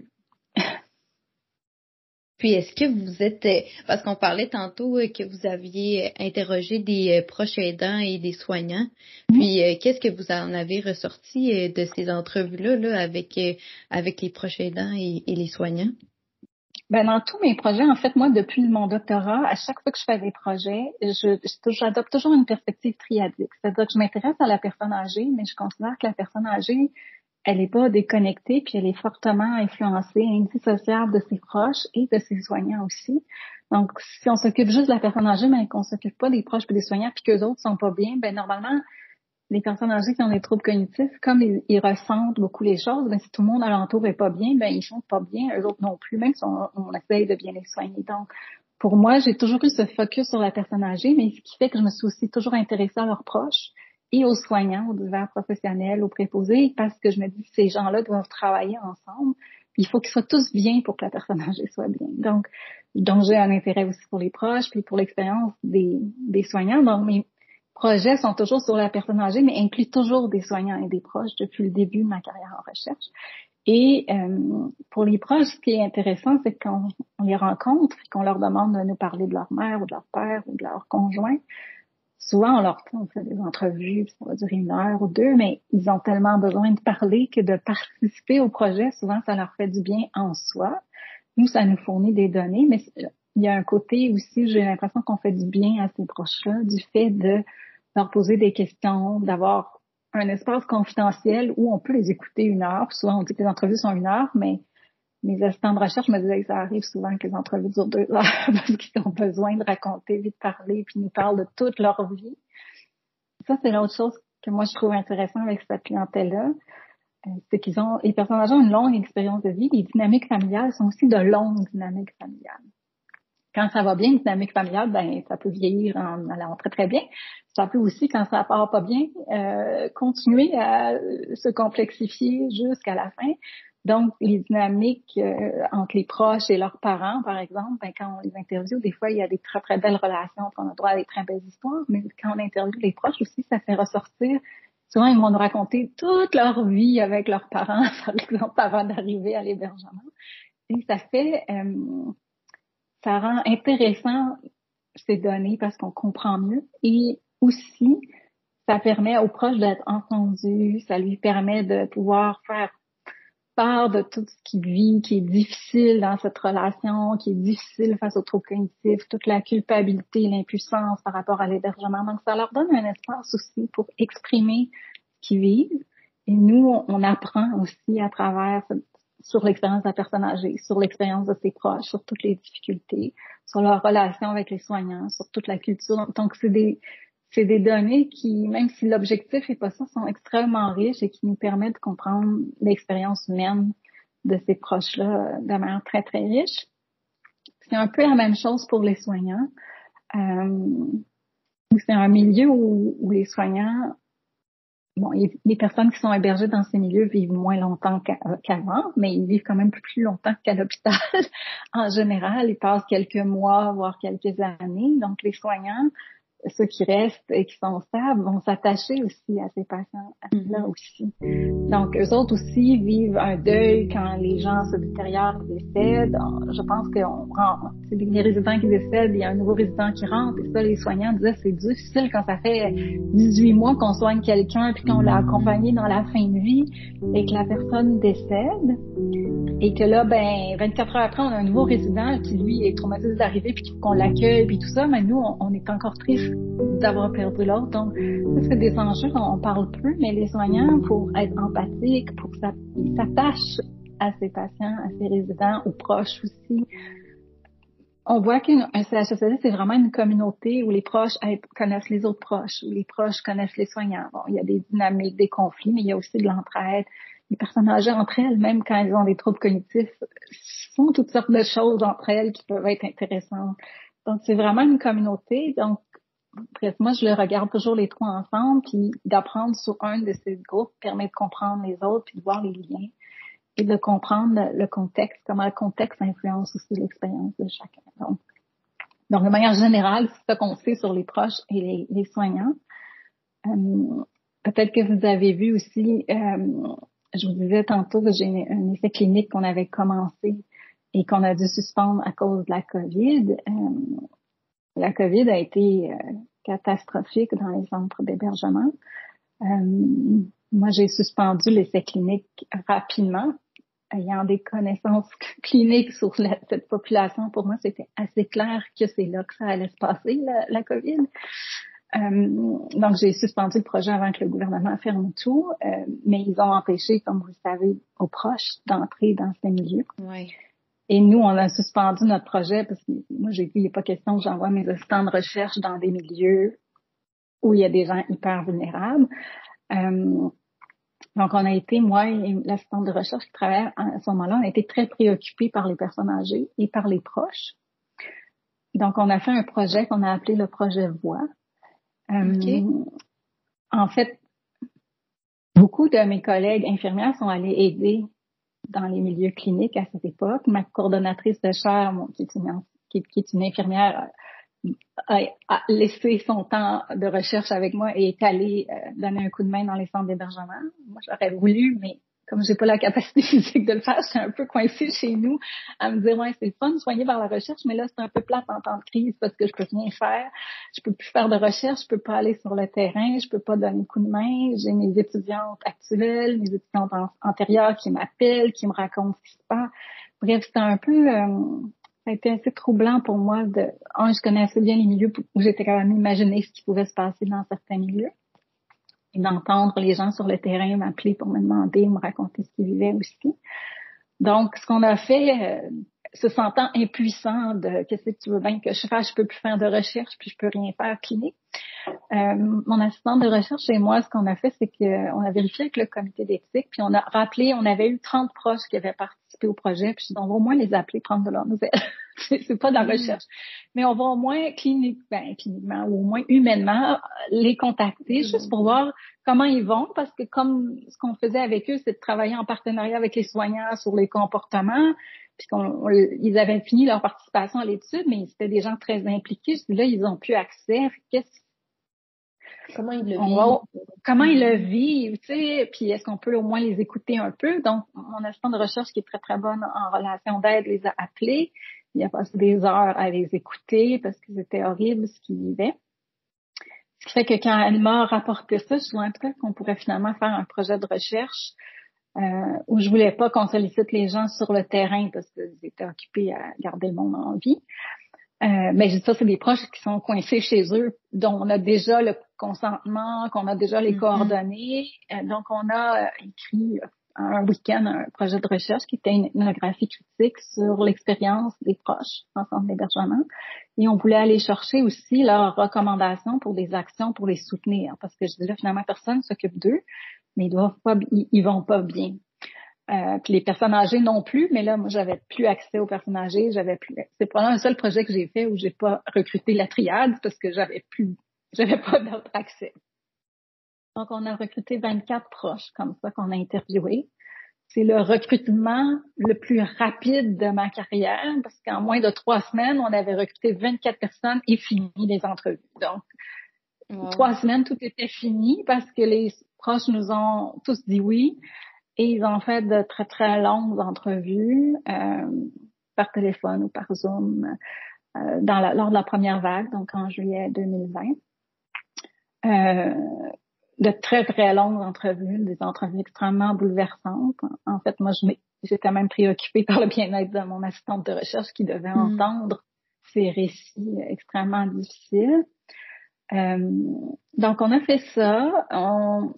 Puis est-ce que vous êtes, parce qu'on parlait tantôt que vous aviez interrogé des proches aidants et des soignants, puis qu'est-ce que vous en avez ressorti de ces entrevues-là là, avec avec les proches aidants et, et les soignants? Ben dans tous mes projets, en fait, moi, depuis mon doctorat, à chaque fois que je fais des projets, je, je j'adopte toujours une perspective triadique. C'est-à-dire que je m'intéresse à la personne âgée, mais je considère que la personne âgée, elle n'est pas déconnectée, puis elle est fortement influencée, indissociable de ses proches et de ses soignants aussi. Donc, si on s'occupe juste de la personne âgée, mais qu'on s'occupe pas des proches et des soignants, puis qu'eux autres sont pas bien, ben normalement, les personnes âgées qui ont des troubles cognitifs, comme ils, ils ressentent beaucoup les choses, ben si tout le monde alentour est pas bien, ben ils sont pas bien, eux autres non plus, même si on, on essaye de bien les soigner. Donc, pour moi, j'ai toujours eu ce focus sur la personne âgée, mais ce qui fait que je me suis aussi toujours intéressée à leurs proches et aux soignants, aux divers professionnels, aux préposés, parce que je me dis que ces gens-là doivent travailler ensemble. Il faut qu'ils soient tous bien pour que la personne âgée soit bien. Donc, donc j'ai un intérêt aussi pour les proches, puis pour l'expérience des, des soignants. Donc, mes projets sont toujours sur la personne âgée, mais incluent toujours des soignants et des proches depuis le début de ma carrière en recherche. Et euh, pour les proches, ce qui est intéressant, c'est qu'on on les rencontre et qu'on leur demande de nous parler de leur mère ou de leur père ou de leur conjoint. Souvent, on leur on fait des entrevues, ça va durer une heure ou deux, mais ils ont tellement besoin de parler que de participer au projet, souvent, ça leur fait du bien en soi. Nous, ça nous fournit des données, mais il y a un côté aussi, j'ai l'impression qu'on fait du bien à ces proches-là, du fait de leur poser des questions, d'avoir un espace confidentiel où on peut les écouter une heure. Souvent, on dit que les entrevues sont une heure, mais mes assistants de recherche me disaient que ça arrive souvent que les entrevues durent deux heures parce qu'ils ont besoin de raconter, de parler, puis ils nous parlent de toute leur vie. Ça, c'est l'autre chose que moi, je trouve intéressant avec cette clientèle-là. euh, c'est qu'ils ont, les personnes âgées ont une longue expérience de vie. Les dynamiques familiales sont aussi de longues dynamiques familiales. Quand ça va bien, une dynamique familiale, ben ça peut vieillir en allant très très bien. Ça peut aussi, quand ça part pas bien, euh, continuer à se complexifier jusqu'à la fin. Donc, les dynamiques euh, entre les proches et leurs parents, par exemple, ben, quand on les interviewe, des fois, il y a des très très belles relations, on a droit à des très belles histoires, mais quand on interviewe les proches aussi, ça fait ressortir. Souvent, ils vont nous raconter toute leur vie avec leurs parents, par exemple, avant d'arriver à l'hébergement. Et ça fait... Euh, ça rend intéressant ces données parce qu'on comprend mieux et aussi, ça permet aux proches d'être entendus, ça lui permet de pouvoir faire part de tout ce qu'il vit, qui est difficile dans cette relation, qui est difficile face aux troubles cognitifs, toute la culpabilité, l'impuissance par rapport à l'hébergement. Donc, ça leur donne un espace aussi pour exprimer ce qu'ils vivent. Et nous, on apprend aussi à travers sur l'expérience de la personne âgée, sur l'expérience de ses proches, sur toutes les difficultés, sur leur relation avec les soignants, sur toute la culture. Donc, c'est des, c'est des données qui, même si l'objectif est pas ça, sont extrêmement riches et qui nous permettent de comprendre l'expérience humaine de ces proches-là de manière très, très riche. C'est un peu la même chose pour les soignants. Euh, c'est un milieu où, où les soignants, bon, les personnes qui sont hébergées dans ces milieux vivent moins longtemps qu'avant, mais ils vivent quand même plus longtemps qu'à l'hôpital. En général, ils passent quelques mois, voire quelques années. Donc, les soignants, ceux qui restent et qui sont stables, vont s'attacher aussi à ces patients-là aussi. Donc, eux autres aussi vivent un deuil quand les gens se détériorent, décèdent. Je pense que on, c'est les résidents qui décèdent, il y a un nouveau résident qui rentre. Et ça, les soignants disaient, c'est difficile quand ça fait dix-huit mois qu'on soigne quelqu'un puis qu'on l'a accompagné dans la fin de vie et que la personne décède. Et que là, ben, vingt-quatre heures après, on a un nouveau résident qui, lui, est traumatisé d'arriver puis qu'on l'accueille puis tout ça. Mais nous, on, on est encore triste d'avoir perdu l'autre. Donc, ça, c'est des enjeux dont on parle peu, mais les soignants, pour être empathiques, pour qu'ils s'attachent à ces patients, à ces résidents, aux proches aussi. On voit qu'un C H S L D, c'est vraiment une communauté où les proches connaissent les autres proches, où les proches connaissent les soignants. Bon, il y a des dynamiques, des conflits, mais il y a aussi de l'entraide. Les personnes âgées entre elles, même quand elles ont des troubles cognitifs, font toutes sortes de choses entre elles qui peuvent être intéressantes. Donc, c'est vraiment une communauté. Donc, bref, moi, je le regarde toujours les trois ensemble, puis d'apprendre sur un de ces groupes permet de comprendre les autres, puis de voir les liens, et de comprendre le contexte, comment le contexte influence aussi l'expérience de chacun. Donc, donc de manière générale, c'est ça qu'on sait sur les proches et les, les soignants. Euh, peut-être que vous avez vu aussi... Euh, je vous disais tantôt que j'ai un essai clinique qu'on avait commencé et qu'on a dû suspendre à cause de la COVID. Euh, la COVID a été euh, catastrophique dans les centres d'hébergement. Euh, moi, j'ai suspendu l'essai clinique rapidement. Ayant des connaissances cliniques sur la, cette population, pour moi, c'était assez clair que c'est là que ça allait se passer, la, la COVID. Euh, donc, j'ai suspendu le projet avant que le gouvernement ferme tout, euh, mais ils ont empêché, comme vous le savez, aux proches d'entrer dans ces milieux. Oui. Et nous, on a suspendu notre projet parce que moi, j'ai dit, il n'est pas question que j'envoie mes assistants de recherche dans des milieux où il y a des gens hyper vulnérables. Euh, donc, on a été, moi et l'assistante de recherche qui travaille à ce moment-là, on a été très préoccupés par les personnes âgées et par les proches. Donc, on a fait un projet qu'on a appelé le projet Voix. Okay. Euh, en fait, beaucoup de mes collègues infirmières sont allées aider dans les milieux cliniques à cette époque. Ma coordonnatrice de chaire, bon, qui, est une, qui, qui est une infirmière, a, a laissé son temps de recherche avec moi et est allée euh, donner un coup de main dans les centres d'hébergement. Moi, j'aurais voulu, mais comme j'ai pas la capacité physique de le faire, j'étais un peu coincée chez nous à me dire, ouais, c'est le fun de soigner par la recherche, mais là, c'est un peu plate en temps de crise parce que je peux rien faire. Je peux plus faire de recherche, je peux pas aller sur le terrain, je peux pas donner coup de main. J'ai mes étudiantes actuelles, mes étudiantes antérieures qui m'appellent, qui me racontent ce qui se passe. Bref, c'était un peu, euh, ça a été assez troublant pour moi de, un, je connais assez bien les milieux où j'étais quand même imaginer ce qui pouvait se passer dans certains milieux. Et d'entendre les gens sur le terrain m'appeler pour me demander, me raconter ce qu'ils vivaient aussi. Donc, ce qu'on a fait, euh, se sentant impuissant de qu'est-ce que tu veux bien que je fasse, je peux plus faire de recherche, puis je peux rien faire clinique. Euh, mon assistante de recherche et moi, ce qu'on a fait, c'est qu'on a vérifié avec le comité d'éthique, puis on a rappelé, on avait eu trente proches qui avaient participé au projet, puis on va au moins les appeler, prendre de leurs nouvelles. c'est, c'est pas de la recherche, mais on va au moins clinique, ben, cliniquement, ou au moins humainement, les contacter, juste pour voir comment ils vont, parce que comme ce qu'on faisait avec eux, c'est de travailler en partenariat avec les soignants sur les comportements, puis qu'on, on, ils avaient fini leur participation à l'étude, mais c'était des gens très impliqués. Là, ils ont plus accès. Qu'est-ce Comment ils le on vivent? va, comment ils le vivent, tu sais, puis est-ce qu'on peut au moins les écouter un peu? Donc, mon assistante de recherche qui est très, très bonne en relation d'aide les a appelés. Il a passé des heures à les écouter parce que c'était horrible ce qu'ils vivaient. Ce qui fait que quand elle m'a rapporté ça, je suis peut-être qu'on pourrait finalement faire un projet de recherche euh, où je voulais pas qu'on sollicite les gens sur le terrain parce qu'ils étaient occupés à garder le monde en vie. Euh, mais ça, c'est des proches qui sont coincés chez eux, dont on a déjà le consentement, qu'on a déjà les mm-hmm. coordonnées. Euh, donc, on a euh, écrit un week-end un projet de recherche qui était une ethnographie critique sur l'expérience des proches en centre d'hébergement. Et on voulait aller chercher aussi leurs recommandations pour des actions pour les soutenir. Parce que je dis là, finalement, personne ne s'occupe d'eux, mais ils doivent pas, ils, ils vont pas bien. Euh, puis les personnes âgées non plus, mais là, moi, j'avais plus accès aux personnes âgées. J'avais plus. C'est probablement le seul projet que j'ai fait où j'ai pas recruté la triade parce que j'avais plus, j'avais pas d'autre accès. Donc, on a recruté vingt-quatre proches comme ça qu'on a interviewés. C'est le recrutement le plus rapide de ma carrière parce qu'en moins de trois semaines, on avait recruté vingt-quatre personnes et fini les entrevues. Donc, wow. Trois semaines, tout était fini parce que les proches nous ont tous dit oui. Et ils ont fait de très, très longues entrevues euh, par téléphone ou par Zoom euh, dans la, lors de la première vague, donc en juillet deux mille vingt. Euh, de très, très longues entrevues, des entrevues extrêmement bouleversantes. En fait, moi, je j'étais même préoccupée par le bien-être de mon assistante de recherche qui devait mmh. entendre ces récits extrêmement difficiles. Euh, donc, on a fait ça. On,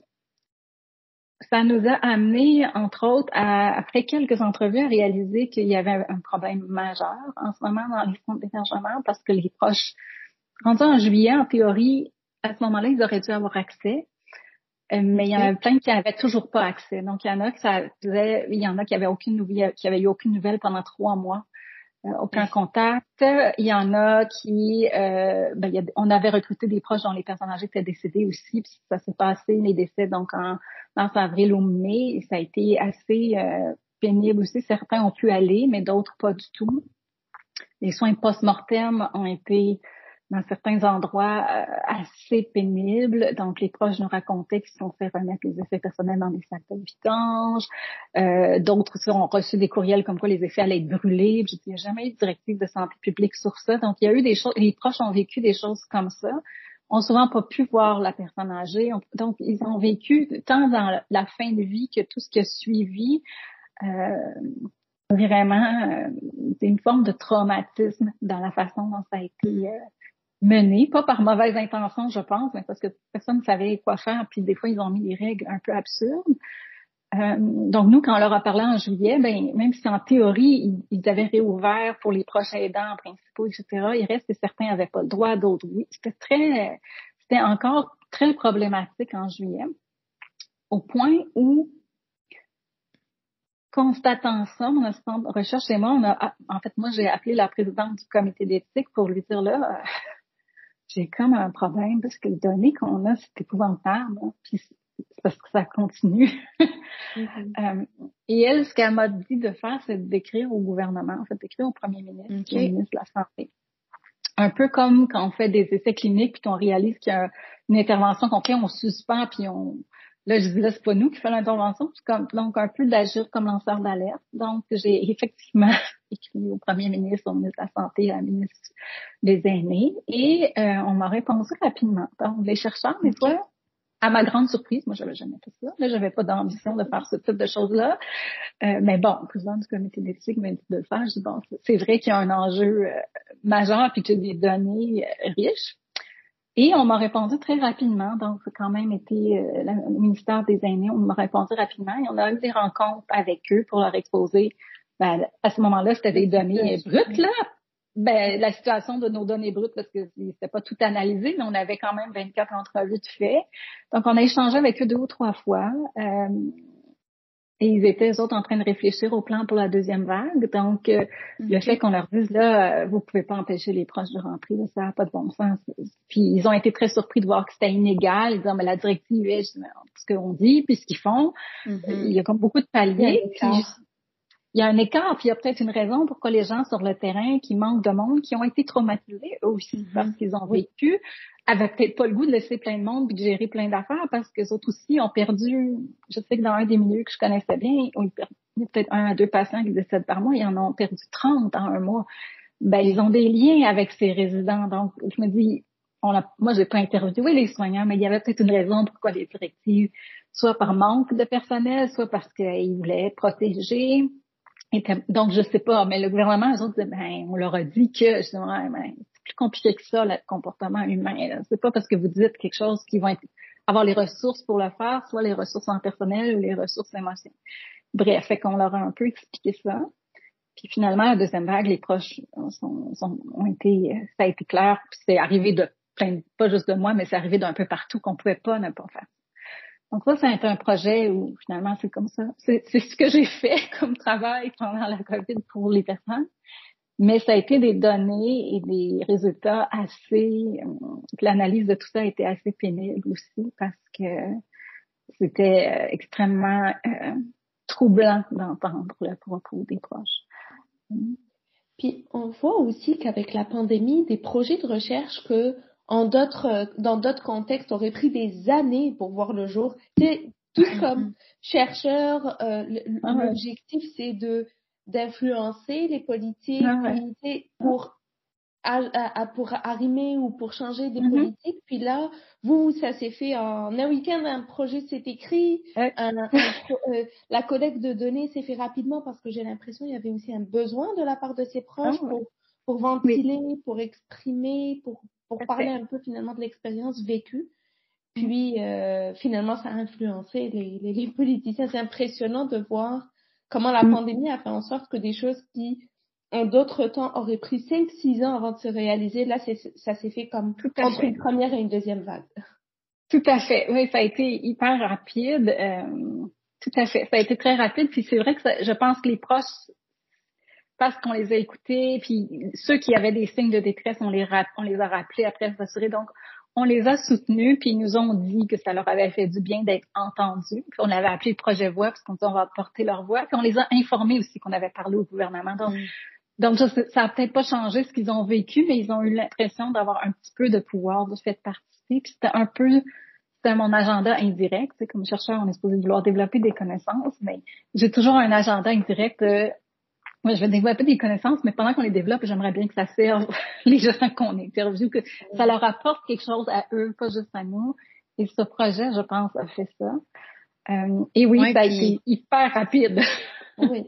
Ça nous a amené, entre autres, à, après quelques entrevues, à réaliser qu'il y avait un problème majeur en ce moment dans les centres d'hébergement parce que les proches, rendus en juillet, en théorie, à ce moment-là, ils auraient dû avoir accès, mais okay. il y en avait plein qui n'avaient toujours pas accès. Donc, il y en a qui ça faisait, il y en a qui avaient aucune nouvelle, qui avaient eu aucune nouvelle pendant trois mois. Euh, aucun oui. contact. Il y en a qui, euh, ben, il y a, on avait recruté des proches dont les personnes âgées étaient décédées aussi, puis ça s'est passé, les décès, donc en mars, avril ou mai, et ça a été assez euh, pénible aussi. Certains ont pu aller, mais d'autres pas du tout. Les soins post-mortem ont été, dans certains endroits, euh, assez pénibles. Donc, les proches nous racontaient qu'ils se sont fait remettre les effets personnels dans des sacs de vidange. Euh, d'autres ont reçu des courriels comme quoi les effets allaient être brûlés. Je dis, il n'y a jamais eu de directive de santé publique sur ça. Donc, il y a eu des choses, les proches ont vécu des choses comme ça. Ont souvent pas pu voir la personne âgée. Donc, ils ont vécu, tant dans la fin de vie que tout ce qui a suivi, euh, vraiment, euh, c'est une forme de traumatisme dans la façon dont ça a été euh, mené, pas par mauvaise intention, je pense, mais parce que personne ne savait quoi faire, puis des fois, ils ont mis des règles un peu absurdes. Euh, donc, nous, quand on leur a parlé en juillet, ben même si en théorie, ils, ils avaient réouvert pour les proches aidants principaux, et cetera, il reste que certains n'avaient pas le droit, d'autres oui. C'était très, c'était encore très problématique en juillet, au point où, constatant ça, mon assistante de recherche et moi, on a, en fait, moi, j'ai appelé la présidente du comité d'éthique pour lui dire là, euh, j'ai comme un problème parce que les données qu'on a, c'est épouvantable, hein, puis c'est parce que ça continue. mm-hmm. euh, et elle, ce qu'elle m'a dit de faire, c'est d'écrire au gouvernement, en fait, d'écrire au premier ministre, okay. au ministre de la Santé. Un peu comme quand on fait des essais cliniques puis qu'on réalise qu'il y a une intervention qu'on fait, on suspend puis on... Là, je dis là, c'est pas nous qui faisons l'intervention, c'est comme, donc un peu d'agir comme lanceur d'alerte. Donc, j'ai effectivement écrit au premier ministre, au ministre de la Santé, à la ministre des Aînés, et euh, on m'a répondu rapidement. Donc, les chercheurs, des fois, à ma grande surprise, moi, j'avais jamais fait ça. Là, j'avais pas d'ambition de faire ce type de choses-là. Euh, mais bon, le président du comité d'éthique m'a dit de le faire. Je dis, bon, c'est vrai qu'il y a un enjeu euh, majeur puis que j'ai des données euh, riches. Et on m'a répondu très rapidement, donc ça a quand même été euh, le ministère des Aînés, on m'a répondu rapidement et on a eu des rencontres avec eux pour leur exposer ben, à ce moment-là, c'était des données brutes, là. Ben, la situation de nos données brutes, parce que c'était pas tout analysé, mais on avait quand même vingt-quatre entrevues de fait. Donc, on a échangé avec eux deux ou trois fois. Euh, et ils étaient, eux autres, en train de réfléchir au plan pour la deuxième vague. Donc, euh, mm-hmm. le fait qu'on leur dise, là, euh, vous pouvez pas empêcher les proches de rentrer, là, ça n'a pas de bon sens. Puis, ils ont été très surpris de voir que c'était inégal. Ils disaient, mais la directive est ce qu'on dit, puis ce qu'ils font. Mm-hmm. Il y a comme beaucoup de paliers. Puis, il y a un écart, puis il y a peut-être une raison pourquoi les gens sur le terrain qui manquent de monde, qui ont été traumatisés eux aussi mm-hmm. parce qu'ils ont vécu, avaient peut-être pas le goût de laisser plein de monde puis de gérer plein d'affaires parce que les autres aussi ont perdu. Je sais que dans un des milieux que je connaissais bien, il y a peut-être un à deux patients qui décèdent par mois, ils en ont perdu trente en un mois. Ben ils ont des liens avec ces résidents, donc je me dis, on a, moi j'ai pas interviewé les soignants, mais il y avait peut-être une raison pourquoi les directives, soit par manque de personnel, soit parce qu'ils voulaient protéger. Et donc, je sais pas, mais le gouvernement, eux autres, disaient, ben, on leur a dit que, je dis, ouais, ben, c'est plus compliqué que ça, le comportement humain. Là. C'est pas parce que vous dites quelque chose qu'ils vont être, avoir les ressources pour le faire, soit les ressources en personnel ou les ressources émotionnelles. Bref, fait qu'on leur a un peu expliqué ça. Puis finalement, la deuxième vague, les proches sont, sont, ont été, ça a été clair, puis c'est arrivé de plein, pas juste de moi, mais c'est arrivé d'un peu partout qu'on pouvait pas ne pas faire. Donc ça, c'est un projet où finalement c'est comme ça. C'est, c'est ce que j'ai fait comme travail pendant la COVID pour les personnes. Mais ça a été des données et des résultats assez... Euh, l'analyse de tout ça a été assez pénible aussi parce que c'était euh, extrêmement euh, troublant d'entendre le propos des proches. Puis on voit aussi qu'avec la pandémie, des projets de recherche que en d'autres, dans d'autres contextes, auraient pris des années pour voir le jour. C'est tous comme chercheurs, euh, l'objectif c'est de d'influencer les politiques, ah ouais. puis pour à, à, pour arrimer ou pour changer des mm-hmm. politiques. Puis là, vous, ça s'est fait en un week-end, un projet s'est écrit, ouais. un, un, euh, la collecte de données s'est fait rapidement parce que j'ai l'impression qu'il y avait aussi un besoin de la part de ses proches ah ouais. pour pour ventiler, oui. pour exprimer, pour pour parler un peu finalement de l'expérience vécue. Puis euh, finalement, ça a influencé les, les, les politiciens. C'est impressionnant de voir comment la mm. pandémie a fait en sorte que des choses qui, en d'autres temps, auraient pris cinq six ans avant de se réaliser, là, c'est, ça s'est fait comme Tout à entre fait. une première et une deuxième vague. Tout à fait. Oui, ça a été hyper rapide. Euh, tout à fait. Ça a été très rapide. Puis c'est vrai que ça, je pense que les proches, parce qu'on les a écoutés, puis ceux qui avaient des signes de détresse, on les, on les a rappelés après s'assurer. Donc, on les a soutenus, puis ils nous ont dit que ça leur avait fait du bien d'être entendus. Puis on avait appelé le projet Voix, parce qu'on dit on va porter leur voix. Puis on les a informés aussi qu'on avait parlé au gouvernement. Donc, mm. donc je, ça a peut-être pas changé ce qu'ils ont vécu, mais ils ont eu l'impression d'avoir un petit peu de pouvoir, de fait participer. Puis c'était un peu, c'était mon agenda indirect. C'est comme chercheur, on est supposé vouloir développer des connaissances, mais j'ai toujours un agenda indirect. Euh, Moi, je vais développer des connaissances, mais pendant qu'on les développe, j'aimerais bien que ça serve les gens qu'on interviewe, que ça leur apporte quelque chose à eux, pas juste à nous. Et ce projet, je pense, a fait ça. Euh, et oui, ouais, ça puis... a été hyper rapide. Oui.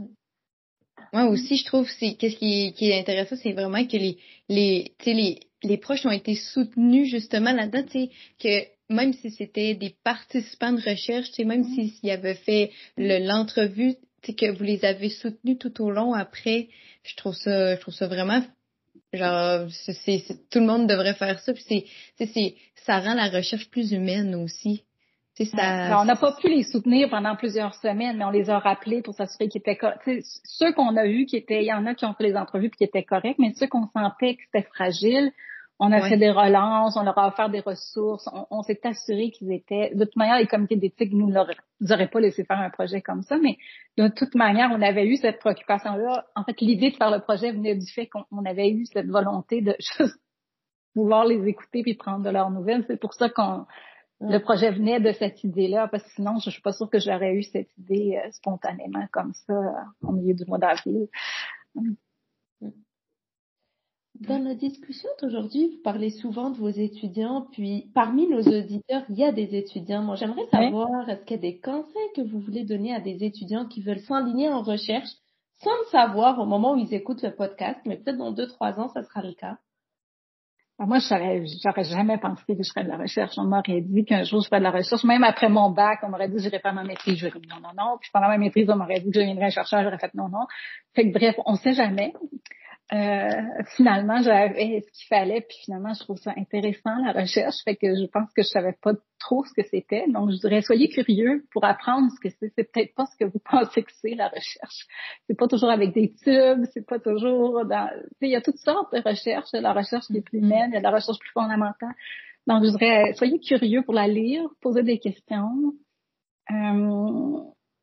Moi aussi, je trouve, c'est qu'est-ce qui, qui est intéressant, c'est vraiment que les, les, tu sais, les, les proches ont été soutenus justement là-dedans, tu sais, que même si c'était des participants de recherche, tu sais, même mm. s'ils avaient fait le, l'entrevue, tu sais, que vous les avez soutenus tout au long après, je trouve ça, je trouve ça vraiment, genre, c'est, c'est, c'est tout le monde devrait faire ça, puis c'est, c'est, c'est, ça rend la recherche plus humaine aussi. C'est ça. Ben, on n'a pas pu les soutenir pendant plusieurs semaines, mais on les a rappelés pour s'assurer qu'ils étaient corrects. Ceux qu'on a eus, qui étaient, il y en a qui ont fait les entrevues puis qui étaient corrects, mais ceux qu'on sentait que c'était fragile, on a ouais. fait des relances, on leur a offert des ressources, on, on s'est assuré qu'ils étaient. De toute manière, les comités d'éthique nous n'auraient pas laissé faire un projet comme ça, mais de toute manière, on avait eu cette préoccupation-là. En fait, l'idée de faire le projet venait du fait qu'on on avait eu cette volonté de juste vouloir les écouter puis prendre de leurs nouvelles. C'est pour ça qu'on le projet venait de cette idée-là, parce que sinon, je, je suis pas sûre que j'aurais eu cette idée euh, spontanément comme ça euh, au milieu du mois d'avril. Dans la discussion d'aujourd'hui, vous parlez souvent de vos étudiants, puis parmi nos auditeurs, il y a des étudiants. Moi, j'aimerais savoir, oui. Est-ce qu'il y a des conseils que vous voulez donner à des étudiants qui veulent s'enligner en recherche sans le savoir au moment où ils écoutent le podcast, mais peut-être dans deux, trois ans, ça sera le cas? Alors moi, je savais, j'aurais jamais pensé que je ferais de la recherche. On m'aurait dit qu'un jour, je ferais de la recherche. Même après mon bac, on m'aurait dit que j'irais faire ma maîtrise. J'aurais dit non, non, non. Puis pendant ma maîtrise, on m'aurait dit que je deviendrais chercheur. J'aurais fait non, non. Fait que bref, on sait jamais. Euh, finalement, j'avais ce qu'il fallait, puis finalement, je trouve ça intéressant, la recherche, fait que je pense que je savais pas trop ce que c'était. Donc, je dirais, soyez curieux pour apprendre ce que c'est. C'est peut-être pas ce que vous pensez que c'est, la recherche. C'est pas toujours avec des tubes, c'est pas toujours dans... Tu sais, il y a toutes sortes de recherches. La recherche qui est plus humaine, il y a de la recherche plus fondamentale. Donc, je dirais, soyez curieux pour la lire, poser des questions. Euh...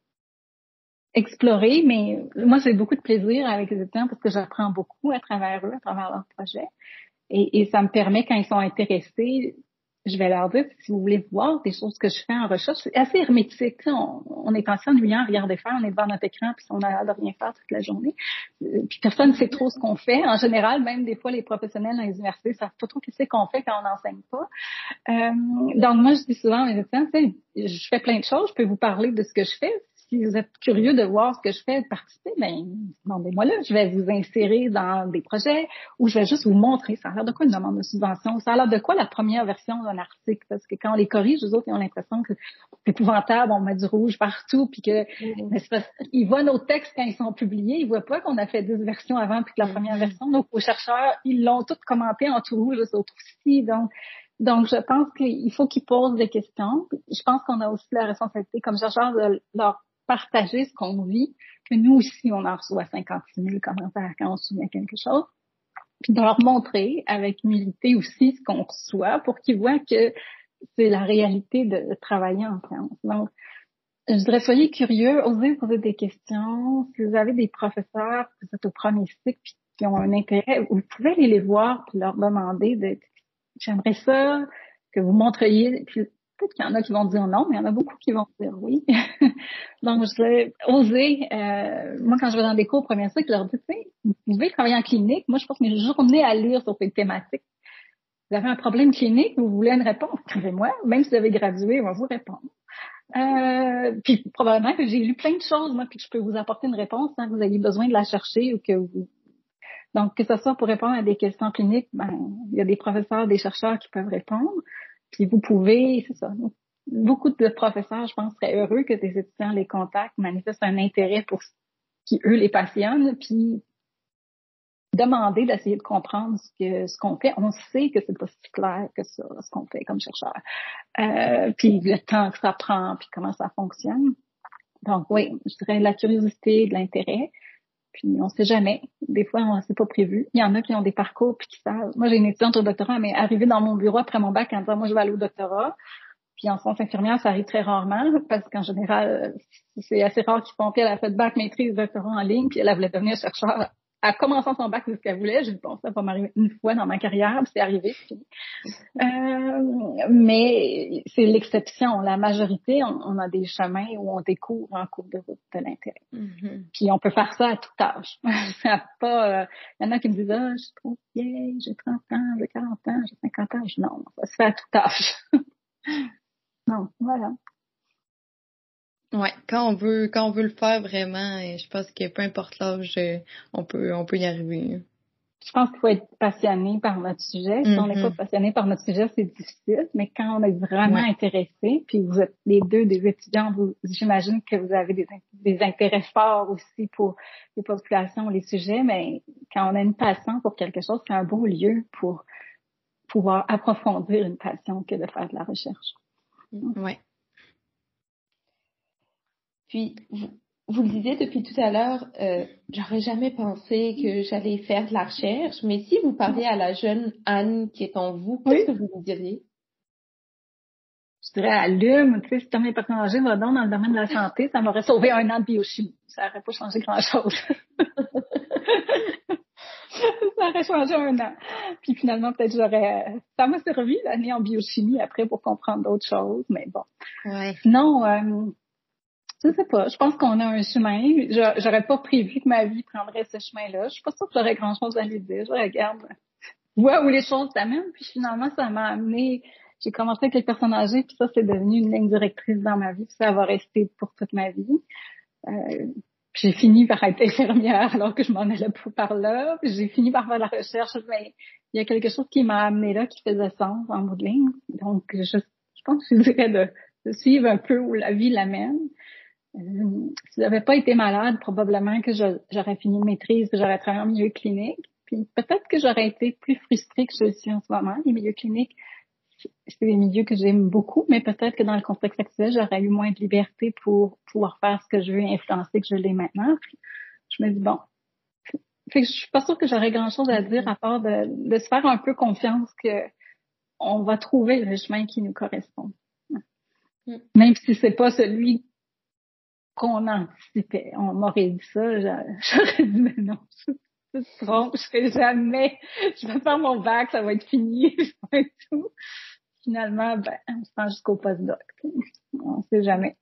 explorer, mais moi, j'ai beaucoup de plaisir avec les étudiants parce que j'apprends beaucoup à travers eux, à travers leurs projets. Et, et ça me permet, quand ils sont intéressés, je vais leur dire, si vous voulez voir des choses que je fais en recherche, c'est assez hermétique. Tu sais, on, on est assez ennuyant à regarder faire, on est devant notre écran, puis on a l'air de rien faire toute la journée. Puis personne ne sait trop ce qu'on fait. En général, même des fois, les professionnels dans les universités ne savent pas trop ce qu'on fait quand on n'enseigne pas. Euh, donc, moi, je dis souvent à mes étudiants, tu sais, je fais plein de choses, je peux vous parler de ce que je fais. Si vous êtes curieux de voir ce que je fais, de participer, ben, demandez-moi là. Je vais vous insérer dans des projets ou je vais juste vous montrer. Ça a l'air de quoi une demande de subvention? Ça a l'air de quoi la première version d'un article? Parce que quand on les corrige, les autres, ils ont l'impression que c'est épouvantable, on met du rouge partout, puis que, mm-hmm. mais c'est parce qu'ils voient nos textes quand ils sont publiés, ils voient pas qu'on a fait dix versions avant, puis que la mm-hmm. première version, nos chercheurs, ils l'ont toutes commenté en tout rouge, les autres aussi. Donc, Donc, je pense qu'il faut qu'ils posent des questions. Je pense qu'on a aussi la responsabilité comme chercheurs de leur partager ce qu'on vit, que nous aussi, on en reçoit cinquante-six mille commentaires quand on soumet quelque chose, puis de leur montrer avec humilité aussi ce qu'on reçoit pour qu'ils voient que c'est la réalité de travailler en sciences. Donc, je dirais, soyez curieux, osez poser des questions. Si vous avez des professeurs, vous êtes au premier cycle, puis qui ont un intérêt, vous pouvez aller les voir puis leur demander de j'aimerais ça que vous montriez, puis peut-être qu'il y en a qui vont dire non, mais il y en a beaucoup qui vont dire oui. Donc, je dirais, oser. Euh, moi, quand je vais dans des cours au premier cycle, je leur dis, tu sais, vous pouvez travailler en clinique. Moi, je passe mes journées à lire sur ces thématiques. Vous avez un problème clinique, vous voulez une réponse, écrivez-moi. Même si vous avez gradué, on va vous répondre. Euh, puis probablement que j'ai lu plein de choses, moi, puis que je peux vous apporter une réponse sans que vous ayez besoin de la chercher ou que vous... Donc, que ce soit pour répondre à des questions cliniques, ben, il y a des professeurs, des chercheurs qui peuvent répondre. Puis vous pouvez, c'est ça. Beaucoup de professeurs, je pense, seraient heureux que des étudiants les contactent, manifestent un intérêt pour ce qui, eux, les passionne, puis demander d'essayer de comprendre ce que ce qu'on fait. On sait que c'est pas si clair que ça, ce qu'on fait comme chercheur. Euh, puis le temps que ça prend, puis comment ça fonctionne. Donc, oui, je dirais de la curiosité, de l'intérêt. Puis on sait jamais. Des fois, on s'est pas prévu. Il y en a qui ont des parcours puis qui savent. Moi, j'ai une étudiante au doctorat, mais arrivée dans mon bureau après mon bac en disant, moi, je vais aller au doctorat. Puis en sciences infirmières, ça arrive très rarement parce qu'en général, c'est assez rare qu'ils font. Puis elle a fait bac, maîtrise, doctorat en ligne, puis elle voulait devenir chercheur. En commençant son bac, c'est ce qu'elle voulait. J'ai dit, bon, ça va m'arriver une fois dans ma carrière, puis c'est arrivé. Puis... Euh, mais c'est l'exception. La majorité, on, on a des chemins où on découvre en cours de route de l'intérêt. Mm-hmm. Puis on peut faire ça à tout âge. Ça pas, euh, il y en a qui me disent, ah, je suis trop vieille, j'ai trente ans, j'ai quarante ans, j'ai cinquante ans. Non, ça se fait à tout âge. Non, voilà. Ouais, quand on veut, quand on veut le faire vraiment, je pense que peu importe l'âge, on peut, on peut y arriver. Je pense qu'il faut être passionné par notre sujet. Si mm-hmm. on n'est pas passionné par notre sujet, c'est difficile. Mais quand on est vraiment ouais. intéressé, puis vous êtes les deux des étudiants, vous, j'imagine que vous avez des, des intérêts forts aussi pour les populations, les sujets. Mais quand on a une passion pour quelque chose, c'est un beau lieu pour pouvoir approfondir une passion que de faire de la recherche. Ouais. Puis, vous, vous le disiez depuis tout à l'heure, euh, j'aurais jamais pensé que j'allais faire de la recherche, mais si vous parliez à la jeune Anne qui est en vous, qu'est-ce oui. que vous lui diriez? Je dirais à l'U M, tu sais, si Thomas est personne âgée, va donc dans le domaine de la santé, ça m'aurait sauvé un an de biochimie. Ça n'aurait pas changé grand-chose. Ça aurait changé un an. Puis finalement, peut-être j'aurais... Ça m'a servi l'année en biochimie après pour comprendre d'autres choses, mais bon. Ouais. Sinon, euh, je sais pas, je pense qu'on a un chemin. Je, j'aurais pas prévu que ma vie prendrait ce chemin-là. Je suis pas sûre que j'aurais grand-chose à lui dire. Je regarde, vois où les choses t'amènent. Puis finalement, ça m'a amené... J'ai commencé avec les personnes âgées, puis ça, c'est devenu une ligne directrice dans ma vie, puis ça va rester pour toute ma vie. Euh, j'ai fini par être infirmière alors que je m'en allais pas par là. J'ai fini par faire la recherche, mais il y a quelque chose qui m'a amené là, qui faisait sens en bout de ligne. Donc, je, je pense que je dirais de, de suivre un peu où la vie l'amène. Euh, si j'avais pas été malade, probablement que je, j'aurais fini une maîtrise, que j'aurais travaillé en milieu clinique. Puis peut-être que j'aurais été plus frustrée que je le suis en ce moment. Les milieux cliniques, c'est des milieux que j'aime beaucoup, mais peut-être que dans le contexte actuel, j'aurais eu moins de liberté pour pouvoir faire ce que je veux, influencer que je l'ai maintenant. Puis je me dis, bon, fait que je suis pas sûre que j'aurais grand-chose à dire à part de, de se faire un peu confiance que on va trouver le chemin qui nous correspond. Mm. Même si c'est pas celui qu'on anticipait. On m'aurait dit ça, j'aurais dit, mais non, je, je te trompe, je serai jamais, je vais faire mon bac, ça va être fini, et tout. Finalement, ben, on se rend jusqu'au postdoc. On sait jamais.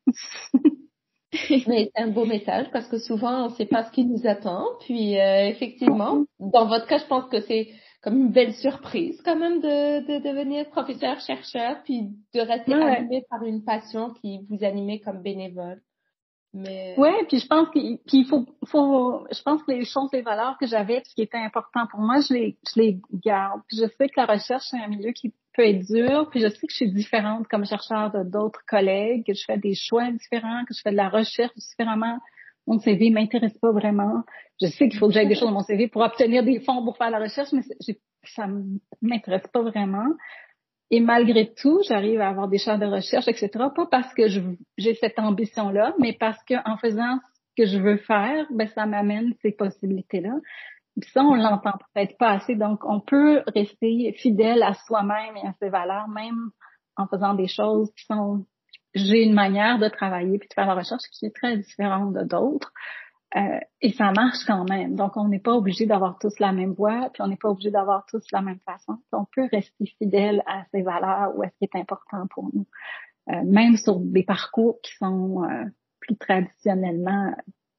Mais c'est un beau message parce que souvent on ne sait pas ce qui nous attend. Puis euh, effectivement, dans votre cas, je pense que c'est comme une belle surprise quand même de, de devenir professeur, chercheur, puis de rester ouais. animé par une passion qui vous animait comme bénévole. Mais ouais, puis je pense qu'il, qu'il faut, faut, je pense que les choses, les valeurs que j'avais, ce qui était important pour moi, je les, je les garde. Puis je sais que la recherche c'est un milieu qui peut être dur, puis je sais que je suis différente comme chercheur de d'autres collègues, que je fais des choix différents, que je fais de la recherche différemment. Mon C V m'intéresse pas vraiment. Je sais qu'il faut que j'aille des choses dans mon C V pour obtenir des fonds pour faire la recherche, mais c'est, ça m'intéresse pas vraiment. Et malgré tout, j'arrive à avoir des champs de recherche, et cetera. Pas parce que je, j'ai cette ambition-là, mais parce que en faisant ce que je veux faire, ben ça m'amène ces possibilités-là. Puis ça, on l'entend peut-être pas assez. Donc, on peut rester fidèle à soi-même et à ses valeurs, même en faisant des choses qui sont... J'ai une manière de travailler puis de faire la recherche qui est très différente de d'autres. Euh, et ça marche quand même. Donc, on n'est pas obligé d'avoir tous la même voix, puis on n'est pas obligé d'avoir tous la même façon. On peut rester fidèle à ses valeurs ou à ce qui est important pour nous, euh, même sur des parcours qui sont euh, plus traditionnellement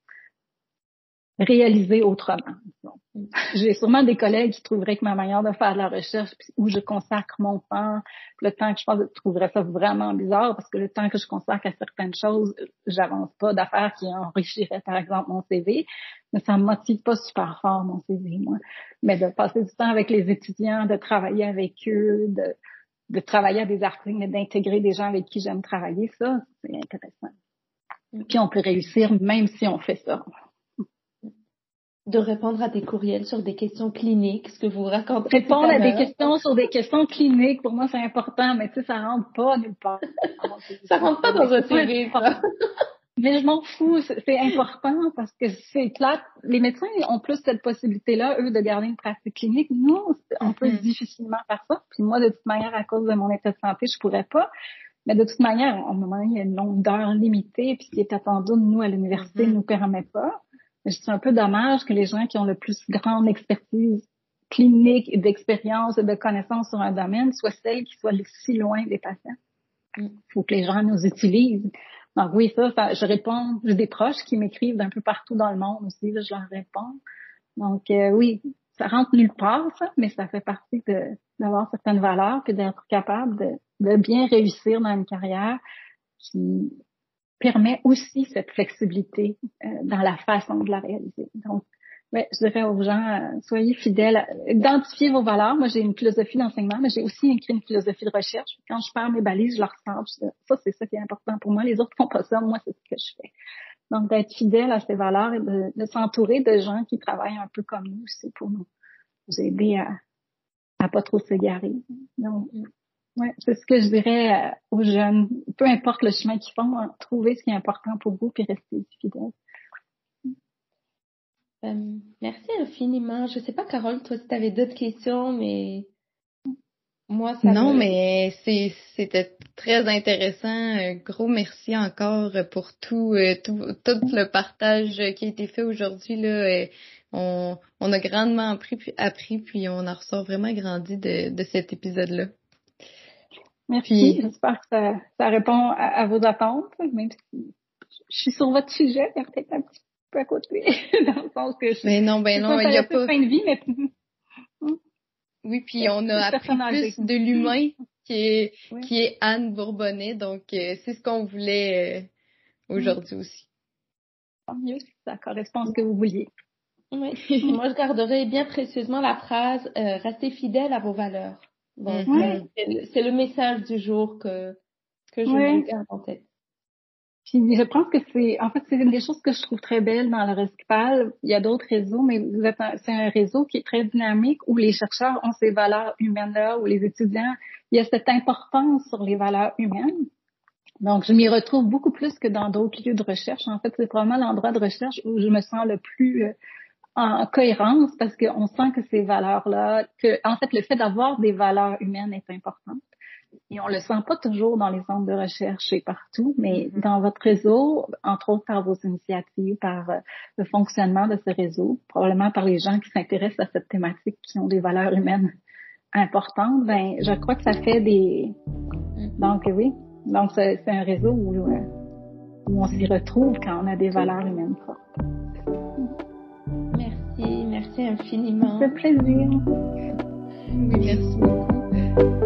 réalisés autrement. Donc, j'ai sûrement des collègues qui trouveraient que ma manière de faire de la recherche, où je consacre mon temps, le temps que je pense, trouveraient ça vraiment bizarre parce que le temps que je consacre à certaines choses, j'avance pas d'affaires qui enrichiraient, par exemple, mon C V, mais ça me motive pas super fort, mon C V, moi. Mais de passer du temps avec les étudiants, de travailler avec eux, de, de travailler à des articles, mais d'intégrer des gens avec qui j'aime travailler, ça, c'est intéressant. Puis on peut réussir même si on fait ça. De répondre à des courriels sur des questions cliniques, ce que vous racontez. Répondre à, à des questions sur des questions cliniques, pour moi, c'est important, mais tu sais, ça rentre pas nulle part. Ça rentre pas dans un C V, ça. Mais je m'en fous, c'est, c'est important parce que c'est clair, les médecins ont plus cette possibilité-là, eux, de garder une pratique clinique. Nous, on peut mm-hmm. difficilement faire ça. Puis moi, de toute manière, à cause de mon état de santé, je pourrais pas. Mais de toute manière, au moment où il y a une nombre d'heures limitée, puis ce qui est attendu de nous à l'université ne mm-hmm. nous permet pas. C'est un peu dommage que les gens qui ont le plus grande expertise clinique et d'expérience et de connaissances sur un domaine soient celles qui soient si loin des patients. Il faut que les gens nous utilisent. Donc oui, ça, ça je réponds. J'ai des proches qui m'écrivent d'un peu partout dans le monde aussi, là, je leur réponds. Donc euh, oui, ça rentre nulle part, ça, mais ça fait partie de d'avoir certaines valeurs puis d'être capable de, de bien réussir dans une carrière qui permet aussi cette flexibilité euh, dans la façon de la réaliser. Donc, ouais, je dirais aux gens, euh, soyez fidèles, identifiez vos valeurs. Moi, j'ai une philosophie d'enseignement, mais j'ai aussi écrit une philosophie de recherche. Quand je perds mes balises, je leur sens. Ça, c'est ça qui est important pour moi. Les autres font pas ça. Moi, c'est ce que je fais. Donc, d'être fidèle à ces valeurs et de, de s'entourer de gens qui travaillent un peu comme nous aussi pour nous, nous aider à, à pas trop s'égarer. Donc, ouais, c'est ce que je dirais euh, aux jeunes. Peu importe le chemin qu'ils font, hein, trouvez ce qui est important pour vous puis restez fidèles. Euh, merci infiniment. Je sais pas, Carole, toi, si tu avais d'autres questions, mais moi, ça Non, me... mais c'est, c'était très intéressant. Un gros merci encore pour tout, euh, tout, tout le partage qui a été fait aujourd'hui, là. On, on a grandement appris, puis, appris, puis on en ressort vraiment grandi de, de cet épisode-là. Merci. Puis, j'espère que ça, ça répond à, à vos attentes, même si je suis sur votre sujet, il y a peut-être un petit peu à côté, dans le sens que je mais non, ben non, il y a pas fin de vie, mais oui, puis on a appris plus de l'humain qui est oui. qui est Anne Bourbonnais, donc euh, c'est ce qu'on voulait euh, aujourd'hui mmh. aussi. Tant mieux, ça correspond à ce que vous vouliez. Oui. Moi, je garderai bien précieusement la phrase euh, « Restez fidèle à vos valeurs ». Donc, Ouais. euh, c'est, le, c'est le message du jour que, que je, Ouais. je garde en tête. Puis je pense que c'est, en fait, c'est une des choses que je trouve très belle dans le Rescipal. Il y a d'autres réseaux, mais vous êtes un, c'est un réseau qui est très dynamique où les chercheurs ont ces valeurs humaines-là, où les étudiants, il y a cette importance sur les valeurs humaines. Donc, je m'y retrouve beaucoup plus que dans d'autres lieux de recherche. En fait, c'est probablement l'endroit de recherche où je me sens le plus euh, en cohérence parce qu'on sent que ces valeurs-là, que, en fait, le fait d'avoir des valeurs humaines est important. Et on le sent pas toujours dans les centres de recherche et partout, mais mm-hmm. dans votre réseau, entre autres par vos initiatives, par euh, le fonctionnement de ce réseau, probablement par les gens qui s'intéressent à cette thématique, qui ont des valeurs humaines importantes, ben, je crois que ça fait des... Donc, oui. Donc, c'est, c'est un réseau où, euh, où on s'y retrouve quand on a des valeurs humaines fortes. Merci, merci infiniment. Ça fait plaisir. Oui, merci beaucoup.